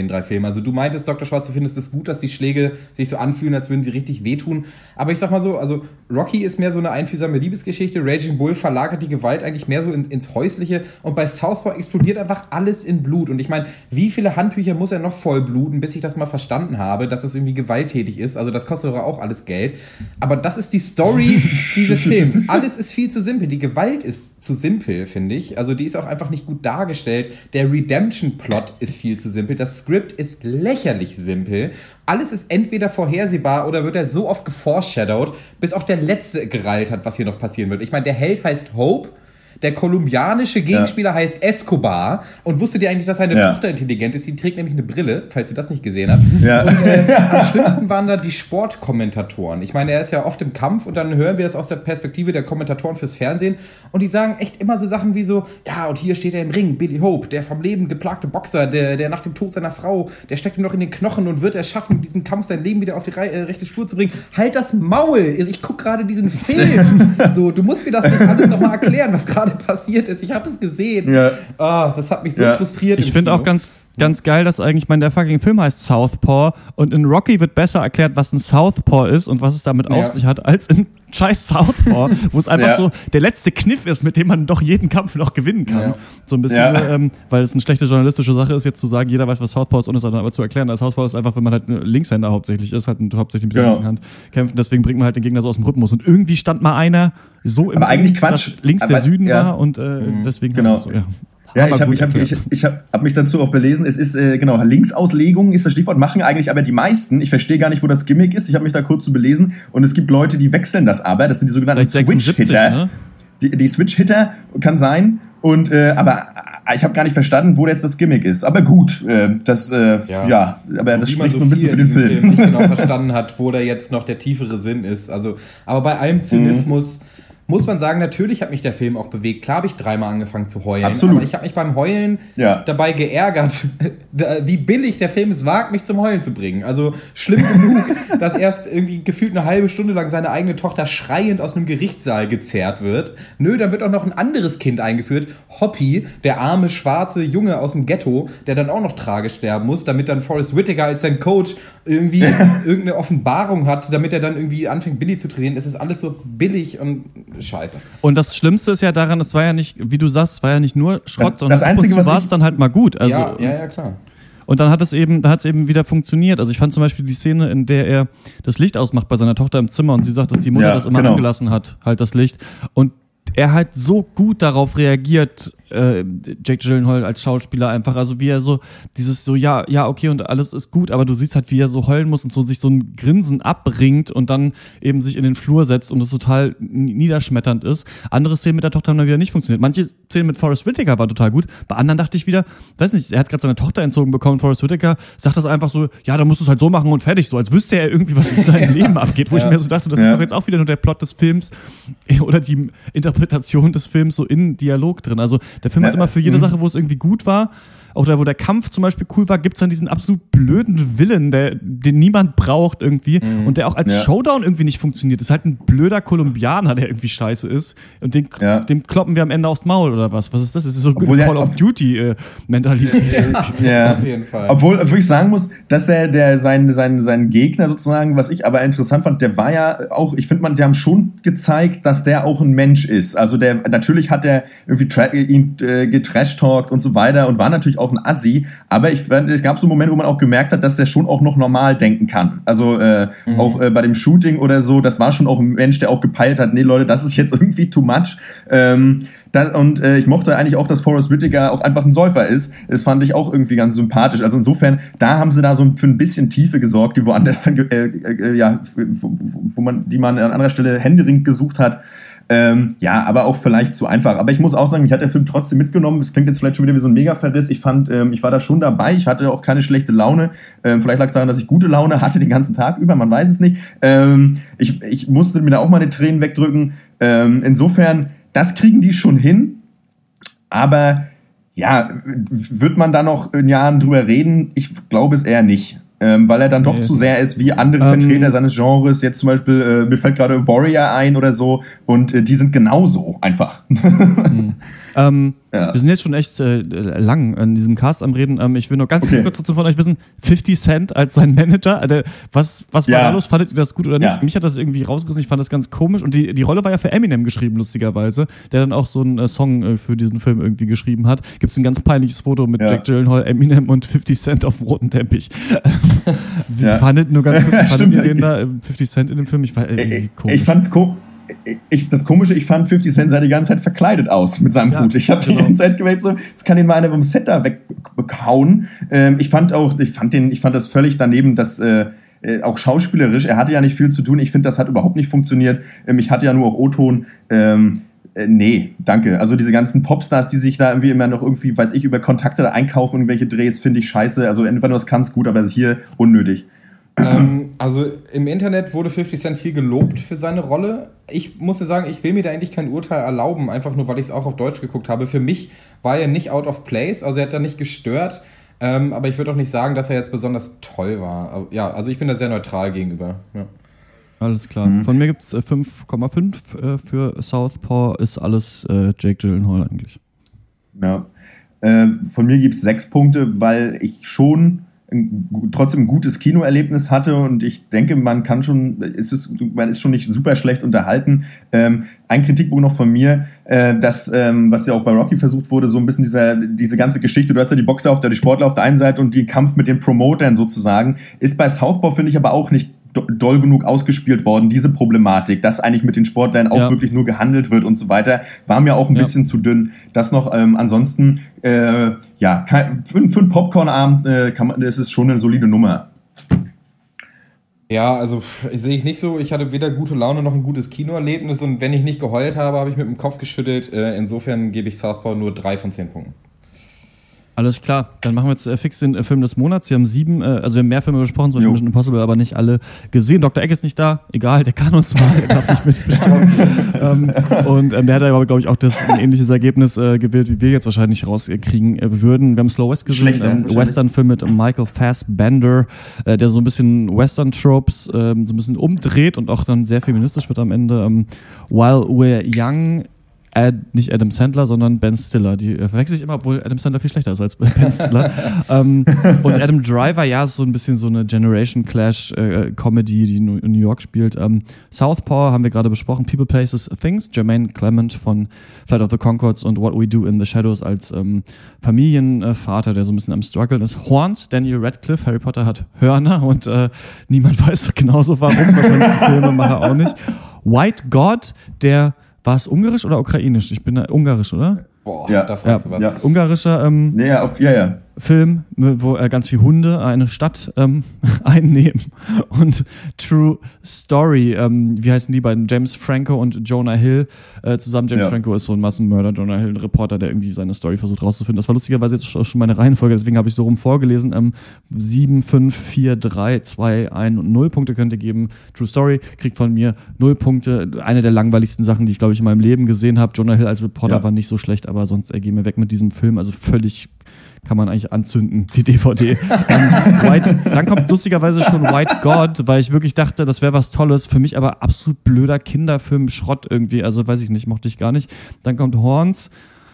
3 Filmen. Also du meintest, Dr. Schwarz, du findest es gut, dass die Schläge sich so anfühlen, als würden sie richtig wehtun. Aber ich sag mal so, also Rocky ist mehr so eine einfühlsame Liebesgeschichte, Raging Bull verlagert die Gewalt eigentlich mehr so ins Häusliche und bei Southpaw explodiert einfach alles in Blut. Und ich meine, wie viele Handtücher muss er noch voll bluten, bis ich das mal verstanden habe, dass es irgendwie gewalttätig ist? Also das kostet doch auch alles Geld. Aber das ist die Story dieses Films. Alles ist viel zu simpel. Die Gewalt ist zu simpel, finde ich. Also die ist auch einfach nicht gut dargestellt. Der Redemption-Plot ist viel zu simpel. Das Skript ist lächerlich simpel. Alles ist entweder vorhersehbar oder wird halt so oft geforeshadowed, bis auch der Letzte gerallt hat, was hier noch passieren wird. Ich meine, der Held heißt Hope. Der kolumbianische Gegenspieler heißt Escobar. Und wusstet ihr eigentlich, dass seine Tochter intelligent ist? Die trägt nämlich eine Brille, falls ihr das nicht gesehen habt. Ja. Und am schlimmsten waren da die Sportkommentatoren. Ich meine, er ist ja oft im Kampf und dann hören wir das aus der Perspektive der Kommentatoren fürs Fernsehen. Und die sagen echt immer so Sachen wie so, ja, und hier steht er im Ring, Billy Hope, der vom Leben geplagte Boxer, der nach dem Tod seiner Frau, der steckt ihm noch in den Knochen und wird es schaffen, in diesem Kampf sein Leben wieder auf die rechte Spur zu bringen. Halt das Maul! Ich gucke gerade diesen Film. So, du musst mir das nicht alles nochmal erklären, was gerade passiert ist. Ich habe es gesehen. Ja. Oh, das hat mich so frustriert. Ich finde auch ganz geil, dass eigentlich, der fucking Film heißt Southpaw und in Rocky wird besser erklärt, was ein Southpaw ist und was es damit auf sich hat, als in scheiß Southpaw, wo es einfach so der letzte Kniff ist, mit dem man doch jeden Kampf noch gewinnen kann. Ja. So ein bisschen, weil es eine schlechte journalistische Sache ist, jetzt zu sagen, jeder weiß, was Southpaw ist, und es dann aber zu erklären, dass Southpaw ist einfach, wenn man halt Linkshänder hauptsächlich ist, halt hauptsächlich mit der linken Hand kämpft, deswegen bringt man halt den Gegner so aus dem Rhythmus. Und irgendwie stand mal einer so im Ring, dass links der Süden war und deswegen genau. So, Ja, ich hab mich dazu auch belesen. Es ist, Linksauslegung ist das Stichwort, machen eigentlich aber die meisten. Ich verstehe gar nicht, wo das Gimmick ist. Ich habe mich da kurz zu belesen. Und es gibt Leute, die wechseln das aber. Das sind die sogenannten Switch-Hitter. Ne? Die Switch-Hitter kann sein. Und, aber ich habe gar nicht verstanden, wo jetzt das Gimmick ist. Aber gut, aber das spricht so ein bisschen für den Film. Nicht genau verstanden hat, wo da jetzt noch der tiefere Sinn ist. Also, aber bei allem Zynismus muss man sagen, natürlich hat mich der Film auch bewegt. Klar habe ich 3-mal angefangen zu heulen. Absolut. Aber ich habe mich beim Heulen dabei geärgert, wie billig der Film es wagt, mich zum Heulen zu bringen. Also schlimm genug, dass erst irgendwie gefühlt eine halbe Stunde lang seine eigene Tochter schreiend aus einem Gerichtssaal gezerrt wird. Nö, dann wird auch noch ein anderes Kind eingeführt. Hoppy, der arme, schwarze Junge aus dem Ghetto, der dann auch noch tragisch sterben muss, damit dann Forrest Whitaker als sein Coach irgendwie irgendeine Offenbarung hat, damit er dann irgendwie anfängt, Billy zu trainieren. Es ist alles so billig und scheiße. Und das Schlimmste ist ja daran, es war ja nicht, wie du sagst, es war ja nicht nur Schrott, sondern ab und zu war es dann halt mal gut. Also, ja, klar. Und dann hat es eben wieder funktioniert. Also ich fand zum Beispiel die Szene, in der er das Licht ausmacht bei seiner Tochter im Zimmer und sie sagt, dass die Mutter das immer angelassen hat, halt das Licht. Und er halt so gut darauf reagiert, Jake Gyllenhaal als Schauspieler einfach, also wie er so dieses so, ja, okay und alles ist gut, aber du siehst halt, wie er so heulen muss und so sich so ein Grinsen abbringt und dann eben sich in den Flur setzt und das total niederschmetternd ist. Andere Szenen mit der Tochter haben dann wieder nicht funktioniert. Manche Szenen mit Forrest Whitaker war total gut, bei anderen dachte ich wieder, weiß nicht, er hat gerade seine Tochter entzogen bekommen, Forrest Whitaker sagt das einfach so, ja, dann musst du es halt so machen und fertig, so als wüsste er irgendwie, was in seinem Leben abgeht, wo ich mir so dachte, das ist doch jetzt auch wieder nur der Plot des Films oder die Interpretation des Films so in Dialog drin. Also der Film hat immer für jede Sache, wo es irgendwie gut war, auch da, wo der Kampf zum Beispiel cool war, gibt's dann diesen absolut blöden Villain, den niemand braucht irgendwie und der auch als Showdown irgendwie nicht funktioniert. Das ist halt ein blöder Kolumbianer, der irgendwie scheiße ist und dem kloppen wir am Ende aufs Maul oder was? Was ist das? Das ist so Call of Duty Mentalität. Ja, auf jeden Fall. Obwohl ich sagen muss, dass sein Gegner sozusagen, was ich aber interessant fand, der war ja auch, ich finde, sie haben schon gezeigt, dass der auch ein Mensch ist. Also natürlich hat er irgendwie ihn getrashtalkt und so weiter und war natürlich auch ein Assi, aber es gab so einen Moment, wo man auch gemerkt hat, dass der schon auch noch normal denken kann. Also auch bei dem Shooting oder so, das war schon auch ein Mensch, der auch gepeilt hat, nee Leute, das ist jetzt irgendwie too much. Ich mochte eigentlich auch, dass Forrest Whitaker auch einfach ein Säufer ist. Das fand ich auch irgendwie ganz sympathisch. Also insofern, da haben sie da so für ein bisschen Tiefe gesorgt, die woanders dann, die man an anderer Stelle händeringend gesucht hat. Aber auch vielleicht zu einfach. Aber ich muss auch sagen, mich hat der Film trotzdem mitgenommen. Es klingt jetzt vielleicht schon wieder wie so ein Mega-Verriss. Ich fand, ich war da schon dabei. Ich hatte auch keine schlechte Laune. Vielleicht lag es daran, dass ich gute Laune hatte den ganzen Tag über. Man weiß es nicht. Ich musste mir da auch mal die Tränen wegdrücken. Insofern, das kriegen die schon hin. Aber ja, wird man da noch in Jahren drüber reden? Ich glaube es eher nicht. Weil er dann doch zu sehr ist wie andere Vertreter seines Genres. Jetzt zum Beispiel, mir fällt gerade Warrior ein oder so. Und die sind genauso einfach. Wir sind jetzt schon echt lang in diesem Cast am Reden. Ich will nur ganz kurz trotzdem von euch wissen, 50 Cent als sein Manager, was war da los? Fandet ihr das gut oder nicht? Ja. Mich hat das irgendwie rausgerissen, ich fand das ganz komisch. Und die Rolle war ja für Eminem geschrieben, lustigerweise, der dann auch so einen Song für diesen Film irgendwie geschrieben hat. Gibt es ein ganz peinliches Foto mit Jake Gyllenhaal, Eminem und 50 Cent auf dem roten Teppich. Wie fandet ihr den da, 50 Cent in dem Film? Ich war irgendwie komisch. Ich fand's das Komische, ich fand 50 Cent sah die ganze Zeit verkleidet aus mit seinem Hut. Ich habe die ganze Zeit gewählt, so, kann den mal einer vom Set da weghauen. Ich fand das völlig daneben, dass auch schauspielerisch, er hatte ja nicht viel zu tun. Ich finde, das hat überhaupt nicht funktioniert. Ich hatte ja nur auch O-Ton. Nee, danke. Also diese ganzen Popstars, die sich da irgendwie immer noch irgendwie, weiß ich, über Kontakte da einkaufen, irgendwelche Drehs, finde ich scheiße. Also entweder du das kannst, gut, aber hier unnötig. Also im Internet wurde 50 Cent viel gelobt für seine Rolle. Ich muss dir sagen, ich will mir da eigentlich kein Urteil erlauben, einfach nur, weil ich es auch auf Deutsch geguckt habe. Für mich war er nicht out of place, also er hat da nicht gestört. Aber ich würde auch nicht sagen, dass er jetzt besonders toll war. Aber, ja, also ich bin da sehr neutral gegenüber. Ja. Alles klar. Von mir gibt es 5,5 für Southpaw, ist alles Jake Gyllenhaal eigentlich. Ja. Von mir gibt es 6 Punkte, weil ich schon trotzdem ein gutes Kinoerlebnis hatte und ich denke, man ist schon nicht super schlecht unterhalten. Ein Kritikpunkt noch von mir, was ja auch bei Rocky versucht wurde, so ein bisschen diese ganze Geschichte, du hast ja die Boxer die Sportler auf der einen Seite und den Kampf mit den Promotern sozusagen, ist bei Southpaw, finde ich, aber auch nicht doll genug ausgespielt worden, diese Problematik, dass eigentlich mit den Sportlern auch wirklich nur gehandelt wird und so weiter, war mir auch ein bisschen zu dünn. Das noch, ansonsten, für einen Popcorn-Abend ist es schon eine solide Nummer. Ja, also sehe ich nicht so. Ich hatte weder gute Laune noch ein gutes Kinoerlebnis und wenn ich nicht geheult habe, habe ich mit dem Kopf geschüttelt. Insofern gebe ich Southpaw nur 3 von 10 Punkten. Alles klar, dann machen wir jetzt fix den Film des Monats. Wir haben 7, also wir haben mehr Filme besprochen, zum Beispiel Mission Impossible, aber nicht alle gesehen. Dr. Egg ist nicht da, egal, der kann uns mal, er darf nicht mitbestimmen. Und der hat aber, glaube ich, auch ein ähnliches Ergebnis gewählt, wie wir jetzt wahrscheinlich rauskriegen würden. Wir haben Slow West gesehen, Western-Film mit Michael Fassbender, der so ein bisschen Western-Tropes so ein bisschen umdreht und auch dann sehr feministisch wird am Ende. While We're Young, nicht Adam Sandler, sondern Ben Stiller. Die verwechsel ich immer, obwohl Adam Sandler viel schlechter ist als Ben Stiller. Und Adam Driver, ja, ist so ein bisschen so eine Generation Clash Comedy, die in New York spielt. Southpaw haben wir gerade besprochen. People, Places, Things. Jermaine Clement von Flight of the Conchords und What We Do in the Shadows als Familienvater, der so ein bisschen am Struggeln ist. Horns, Daniel Radcliffe. Harry Potter hat Hörner und niemand weiß so genauso warum. Wahrscheinlich die Filmemacher auch nicht. White God, war es ungarisch oder ukrainisch? Ich bin ungarisch, oder? Boah, da fragst du was. Ja. Ungarischer Film, wo ganz viele Hunde eine Stadt einnehmen. Und True Story, wie heißen die beiden? James Franco und Jonah Hill zusammen. James Franco ist so ein Massenmörder, Jonah Hill ein Reporter, der irgendwie seine Story versucht rauszufinden. Das war lustigerweise jetzt schon meine Reihenfolge, deswegen habe ich so rum vorgelesen. 7, 5, 4, 3, 2, 1 und 0 Punkte könnt ihr geben. True Story kriegt von mir 0 Punkte. Eine der langweiligsten Sachen, die ich, glaube ich, in meinem Leben gesehen habe. Jonah Hill als Reporter war nicht so schlecht, aber sonst gehen wir weg mit diesem Film. Also völlig kann man eigentlich anzünden, die DVD. Dann kommt lustigerweise schon White God, weil ich wirklich dachte, das wäre was Tolles. Für mich aber absolut blöder Kinderfilm, Schrott irgendwie. Also weiß ich nicht, mochte ich gar nicht. Dann kommt Horns.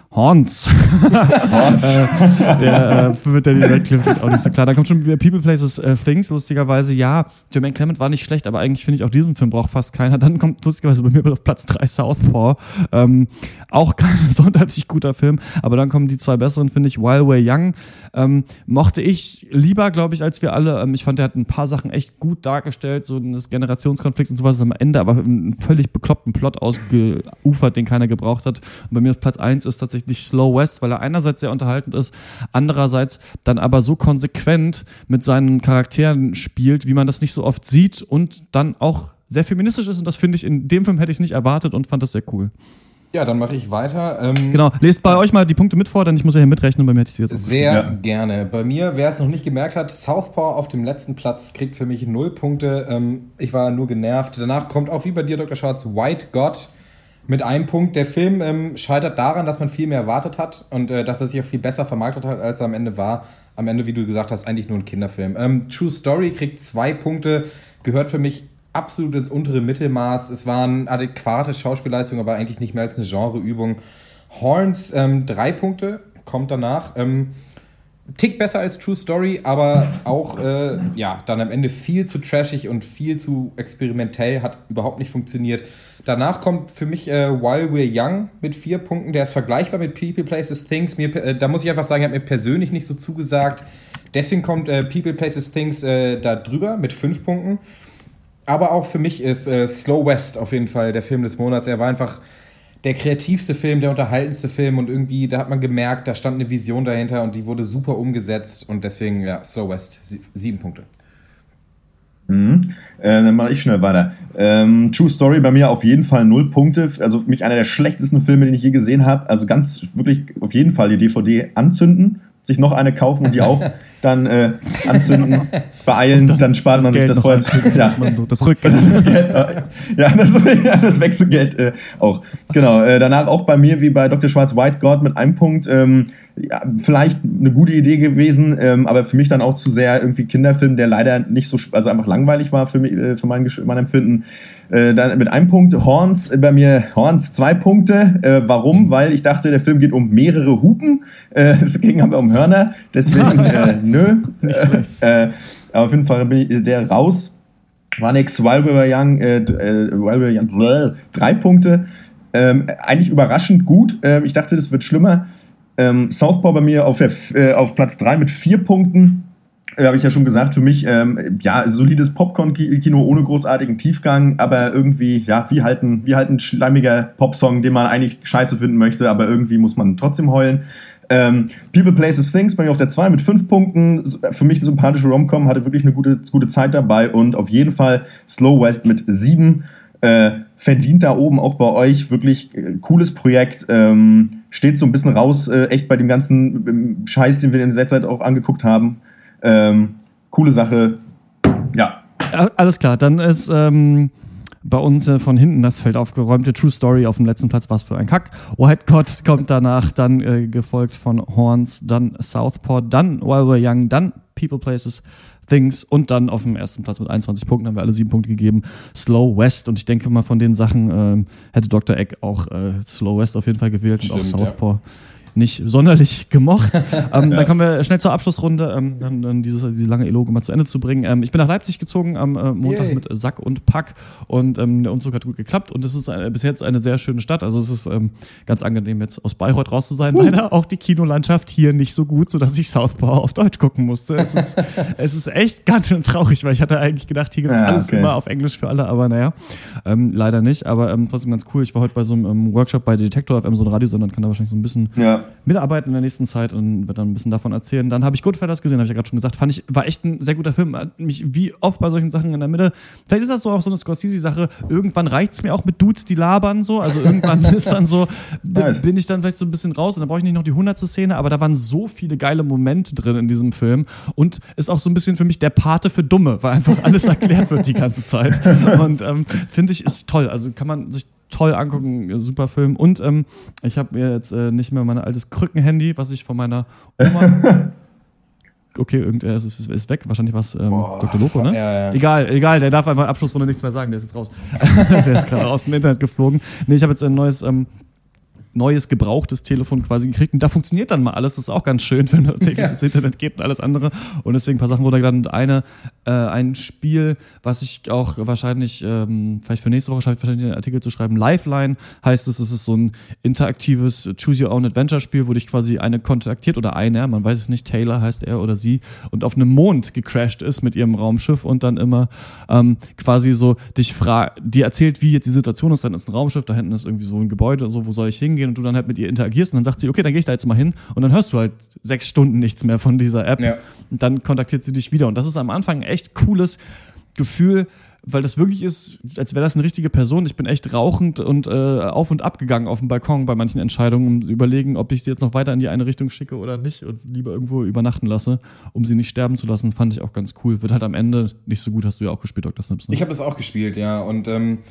Der mit Daniel Radcliffe geht auch nicht so klar. Dann kommt schon wieder People, Places, Things, lustigerweise. Ja, Jermaine Clement war nicht schlecht, aber eigentlich finde ich auch diesen Film braucht fast keiner. Dann kommt lustigerweise bei mir auf Platz 3 Southpaw. Auch kein sonderlich guter Film, aber dann kommen die 2 besseren, finde ich. While We're Young mochte ich lieber, glaube ich, als wir alle. Ich fand, der hat ein paar Sachen echt gut dargestellt, so des Generationskonflikts und sowas am Ende, aber einen völlig bekloppten Plot ausgeufert, den keiner gebraucht hat. Und bei mir auf Platz 1 ist tatsächlich Slow West, weil er einerseits sehr unterhaltend ist, andererseits dann aber so konsequent mit seinen Charakteren spielt, wie man das nicht so oft sieht und dann auch sehr feministisch ist und das finde ich, in dem Film hätte ich nicht erwartet und fand das sehr cool. Ja, dann mache ich weiter. Genau, lest bei euch mal die Punkte mit vor, denn ich muss ja hier mitrechnen, bei mir hätte ich die jetzt sehr gerne. Bei mir, wer es noch nicht gemerkt hat, Southpaw auf dem letzten Platz kriegt für mich 0 Punkte. Ich war nur genervt. Danach kommt auch wie bei dir, Dr. Schatz, White God mit einem Punkt. Der Film scheitert daran, dass man viel mehr erwartet hat und dass er sich auch viel besser vermarktet hat, als er am Ende war. Am Ende, wie du gesagt hast, eigentlich nur ein Kinderfilm. True Story kriegt 2 Punkte, gehört für mich absolut ins untere Mittelmaß. Es waren adäquate Schauspielleistungen, aber eigentlich nicht mehr als eine Genreübung. Horns 3 Punkte, kommt danach. Tick besser als True Story, aber auch dann am Ende viel zu trashig und viel zu experimentell, hat überhaupt nicht funktioniert. Danach kommt für mich While We're Young mit 4 Punkten, der ist vergleichbar mit People, Places, Things. Da muss ich einfach sagen, er hat mir persönlich nicht so zugesagt. Deswegen kommt People, Places, Things da drüber mit 5 Punkten. Aber auch für mich ist Slow West auf jeden Fall der Film des Monats. Er war einfach der kreativste Film, der unterhaltendste Film und irgendwie, da hat man gemerkt, da stand eine Vision dahinter und die wurde super umgesetzt und deswegen, Slow West, 7 Punkte. Dann mache ich schnell weiter. True Story bei mir auf jeden Fall 0 Punkte. Also für mich einer der schlechtesten Filme, den ich je gesehen habe. Also ganz wirklich auf jeden Fall die DVD anzünden, sich noch eine kaufen und die auch dann anzünden, beeilen, dann spart man sich das Feuer. Das Rückgeld. Das Wechselgeld auch. Genau, danach auch bei mir wie bei Dr. Schwarz-White God mit einem Punkt. Vielleicht eine gute Idee gewesen, aber für mich dann auch zu sehr irgendwie Kinderfilm, der leider nicht so, also einfach langweilig war für mich, für mein Empfinden. Dann mit einem Punkt Horns, bei mir Horns 2 Punkte. Warum? Weil ich dachte, der Film geht um mehrere Hupen. Es ging aber um Hörner. Deswegen, nö. Nicht schlecht. Aber auf jeden Fall bin ich der raus. War nix. While We Were Young, 3 Punkte. Eigentlich überraschend gut. Ich dachte, das wird schlimmer. Southpaw bei mir auf Platz 3 mit 4 Punkten. Habe ich ja schon gesagt, für mich solides Popcorn-Kino ohne großartigen Tiefgang, aber irgendwie, wie halt ein schleimiger Popsong, den man eigentlich scheiße finden möchte, aber irgendwie muss man trotzdem heulen. People, Places, Things bei mir auf der 2 mit 5 Punkten. Für mich eine sympathische Rom-Com, hatte wirklich eine gute Zeit dabei und auf jeden Fall Slow West mit 7. Verdient da oben auch bei euch wirklich cooles Projekt. Steht so ein bisschen raus, echt bei dem ganzen Scheiß, den wir in der Zeit auch angeguckt haben. Coole Sache. Ja. Alles klar, dann ist bei uns von hinten das Feld aufgeräumt. True Story auf dem letzten Platz, was für ein Kack. White God kommt danach, dann gefolgt von Horns, dann Southpaw, dann While We're Young, dann People, Places, Things und dann auf dem ersten Platz mit 21 Punkten haben wir alle 7 Punkte gegeben. Slow West und ich denke mal von den Sachen hätte Dr. Egg auch Slow West auf jeden Fall gewählt. Stimmt, und auch Southpaw. Ja. Nicht sonderlich gemocht. Dann kommen wir schnell zur Abschlussrunde, dann diese lange Eloge mal zu Ende zu bringen. Ich bin nach Leipzig gezogen am Montag mit Sack und Pack und der Umzug hat gut geklappt und es ist bis jetzt eine sehr schöne Stadt. Also es ist ganz angenehm, jetzt aus Bayreuth raus zu sein. Leider auch die Kinolandschaft hier nicht so gut, sodass ich Southpaw auf Deutsch gucken musste. Es ist echt ganz schön traurig, weil ich hatte eigentlich gedacht, hier gibt es alles immer auf Englisch für alle, aber naja, leider nicht. Aber trotzdem ganz cool. Ich war heute bei so einem Workshop bei Detektor FM, so ein Radiosender, kann da wahrscheinlich so ein bisschen mitarbeiten in der nächsten Zeit und wird dann ein bisschen davon erzählen. Dann habe ich Goodfellas gesehen, habe ich ja gerade schon gesagt. War echt ein sehr guter Film. Hat mich wie oft bei solchen Sachen in der Mitte. Vielleicht ist das so auch so eine Scorsese-Sache. Irgendwann reicht es mir auch mit Dudes, die labern so. Also irgendwann ist dann so, bin ich dann vielleicht so ein bisschen raus und dann brauche ich nicht noch die 100. Szene, aber da waren so viele geile Momente drin in diesem Film und ist auch so ein bisschen für mich der Pate für Dumme, weil einfach alles erklärt wird die ganze Zeit. Und finde ich, ist toll. Also kann man sich toll angucken, super Film. Und ich habe mir jetzt nicht mehr mein altes Krückenhandy, was ich von meiner Oma... Okay, irgendwer ist weg. Wahrscheinlich war es Dr. Loco, ne? Ja. Egal, der darf einfach Abschlussrunde nichts mehr sagen, der ist jetzt raus. Der ist gerade aus dem Internet geflogen. Nee, ich habe jetzt ein neues gebrauchtes Telefon quasi gekriegt und da funktioniert dann mal alles. Das ist auch ganz schön, wenn täglich das Internet geht und alles andere. Und deswegen ein paar Sachen runtergeladen. Und ein Spiel, was ich auch wahrscheinlich, vielleicht für nächste Woche schaffe ich wahrscheinlich einen Artikel zu schreiben. Lifeline heißt es. Es ist so ein interaktives Choose-Your-Own-Adventure-Spiel, wo dich quasi eine kontaktiert oder einer, man weiß es nicht, Taylor heißt er oder sie, und auf einem Mond gecrashed ist mit ihrem Raumschiff und dann immer quasi so dir erzählt, wie jetzt die Situation ist. Dann ist ein Raumschiff, da hinten ist irgendwie so ein Gebäude, so, wo soll ich hingehen? Und du dann halt mit ihr interagierst und dann sagt sie, okay, dann gehe ich da jetzt mal hin und dann hörst du halt 6 Stunden nichts mehr von dieser App und dann kontaktiert sie dich wieder und das ist am Anfang ein echt cooles Gefühl, weil das wirklich ist, als wäre das eine richtige Person. Ich bin echt rauchend und auf und ab gegangen auf dem Balkon bei manchen Entscheidungen, um zu überlegen, ob ich sie jetzt noch weiter in die eine Richtung schicke oder nicht und lieber irgendwo übernachten lasse, um sie nicht sterben zu lassen, fand ich auch ganz cool. Wird halt am Ende nicht so gut, hast du ja auch gespielt, Dr. Snips, ne? Ich habe das auch gespielt, ja, und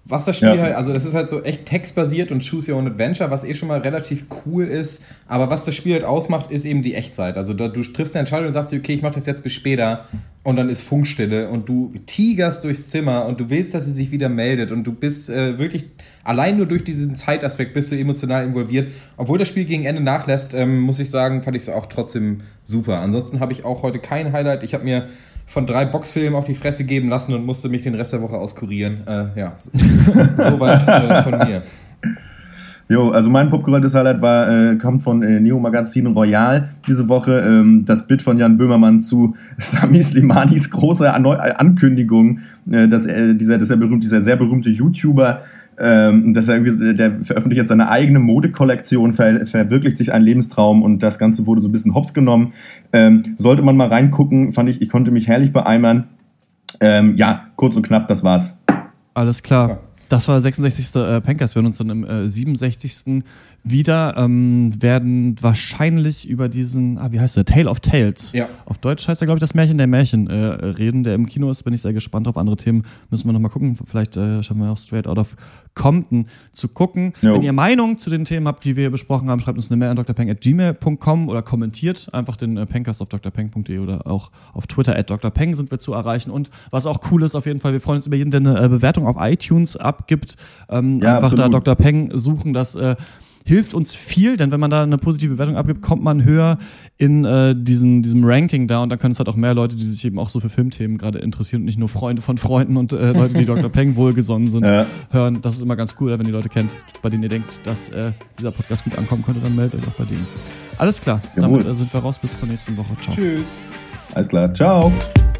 Was das Spiel halt, also das ist halt so echt textbasiert und Choose Your Own Adventure, was schon mal relativ cool ist, aber was das Spiel halt ausmacht, ist eben die Echtzeit. Also du triffst eine Entscheidung und sagst dir, okay, ich mach das jetzt bis später und dann ist Funkstille und du tigerst durchs Zimmer und du willst, dass sie sich wieder meldet und du bist wirklich, allein nur durch diesen Zeitaspekt bist du emotional involviert. Obwohl das Spiel gegen Ende nachlässt, muss ich sagen, fand ich es auch trotzdem super. Ansonsten habe ich auch heute kein Highlight. Ich habe mir von 3 Boxfilmen auf die Fresse geben lassen und musste mich den Rest der Woche auskurieren. Soweit von mir. Jo, also mein popkulturelles Highlight kommt von Neo Magazin Royal diese Woche. Das Bit von Jan Böhmermann zu Sami Slimanis große Ankündigung, dass dieser sehr berühmte YouTuber, dass er irgendwie, der veröffentlicht jetzt seine eigene Modekollektion, verwirklicht sich einen Lebenstraum und das Ganze wurde so ein bisschen hops genommen. Sollte man mal reingucken, fand ich konnte mich herrlich beeimern. Kurz und knapp, das war's. Alles klar. Das war der 66. Pencast. Wir hören uns dann im 67. wieder. Werden wahrscheinlich über diesen, wie heißt der? Tale of Tales. Ja. Auf Deutsch heißt er, glaube ich, das Märchen der Märchen reden, der im Kino ist. Bin ich sehr gespannt auf andere Themen. Müssen wir nochmal gucken. Vielleicht schaffen wir auch Straight Out of Compton zu gucken. Jo. Wenn ihr Meinung zu den Themen habt, die wir hier besprochen haben, schreibt uns eine Mail an drpeng@gmail.com oder kommentiert einfach den Pencast auf drpeng.de oder auch auf Twitter @drpeng sind wir zu erreichen. Und was auch cool ist, auf jeden Fall, wir freuen uns über jeden, der eine Bewertung auf iTunes abgibt. Einfach absolut. Da Dr. Peng suchen, das hilft uns viel, denn wenn man da eine positive Bewertung abgibt, kommt man höher in diesem Ranking da und dann können es halt auch mehr Leute, die sich eben auch so für Filmthemen gerade interessieren und nicht nur Freunde von Freunden und Leute, die Dr. Peng wohlgesonnen sind, hören. Das ist immer ganz cool, wenn ihr Leute kennt, bei denen ihr denkt, dass dieser Podcast gut ankommen könnte, dann meldet euch auch bei denen. Alles klar, damit sind wir raus, bis zur nächsten Woche. Ciao. Tschüss. Alles klar, ciao.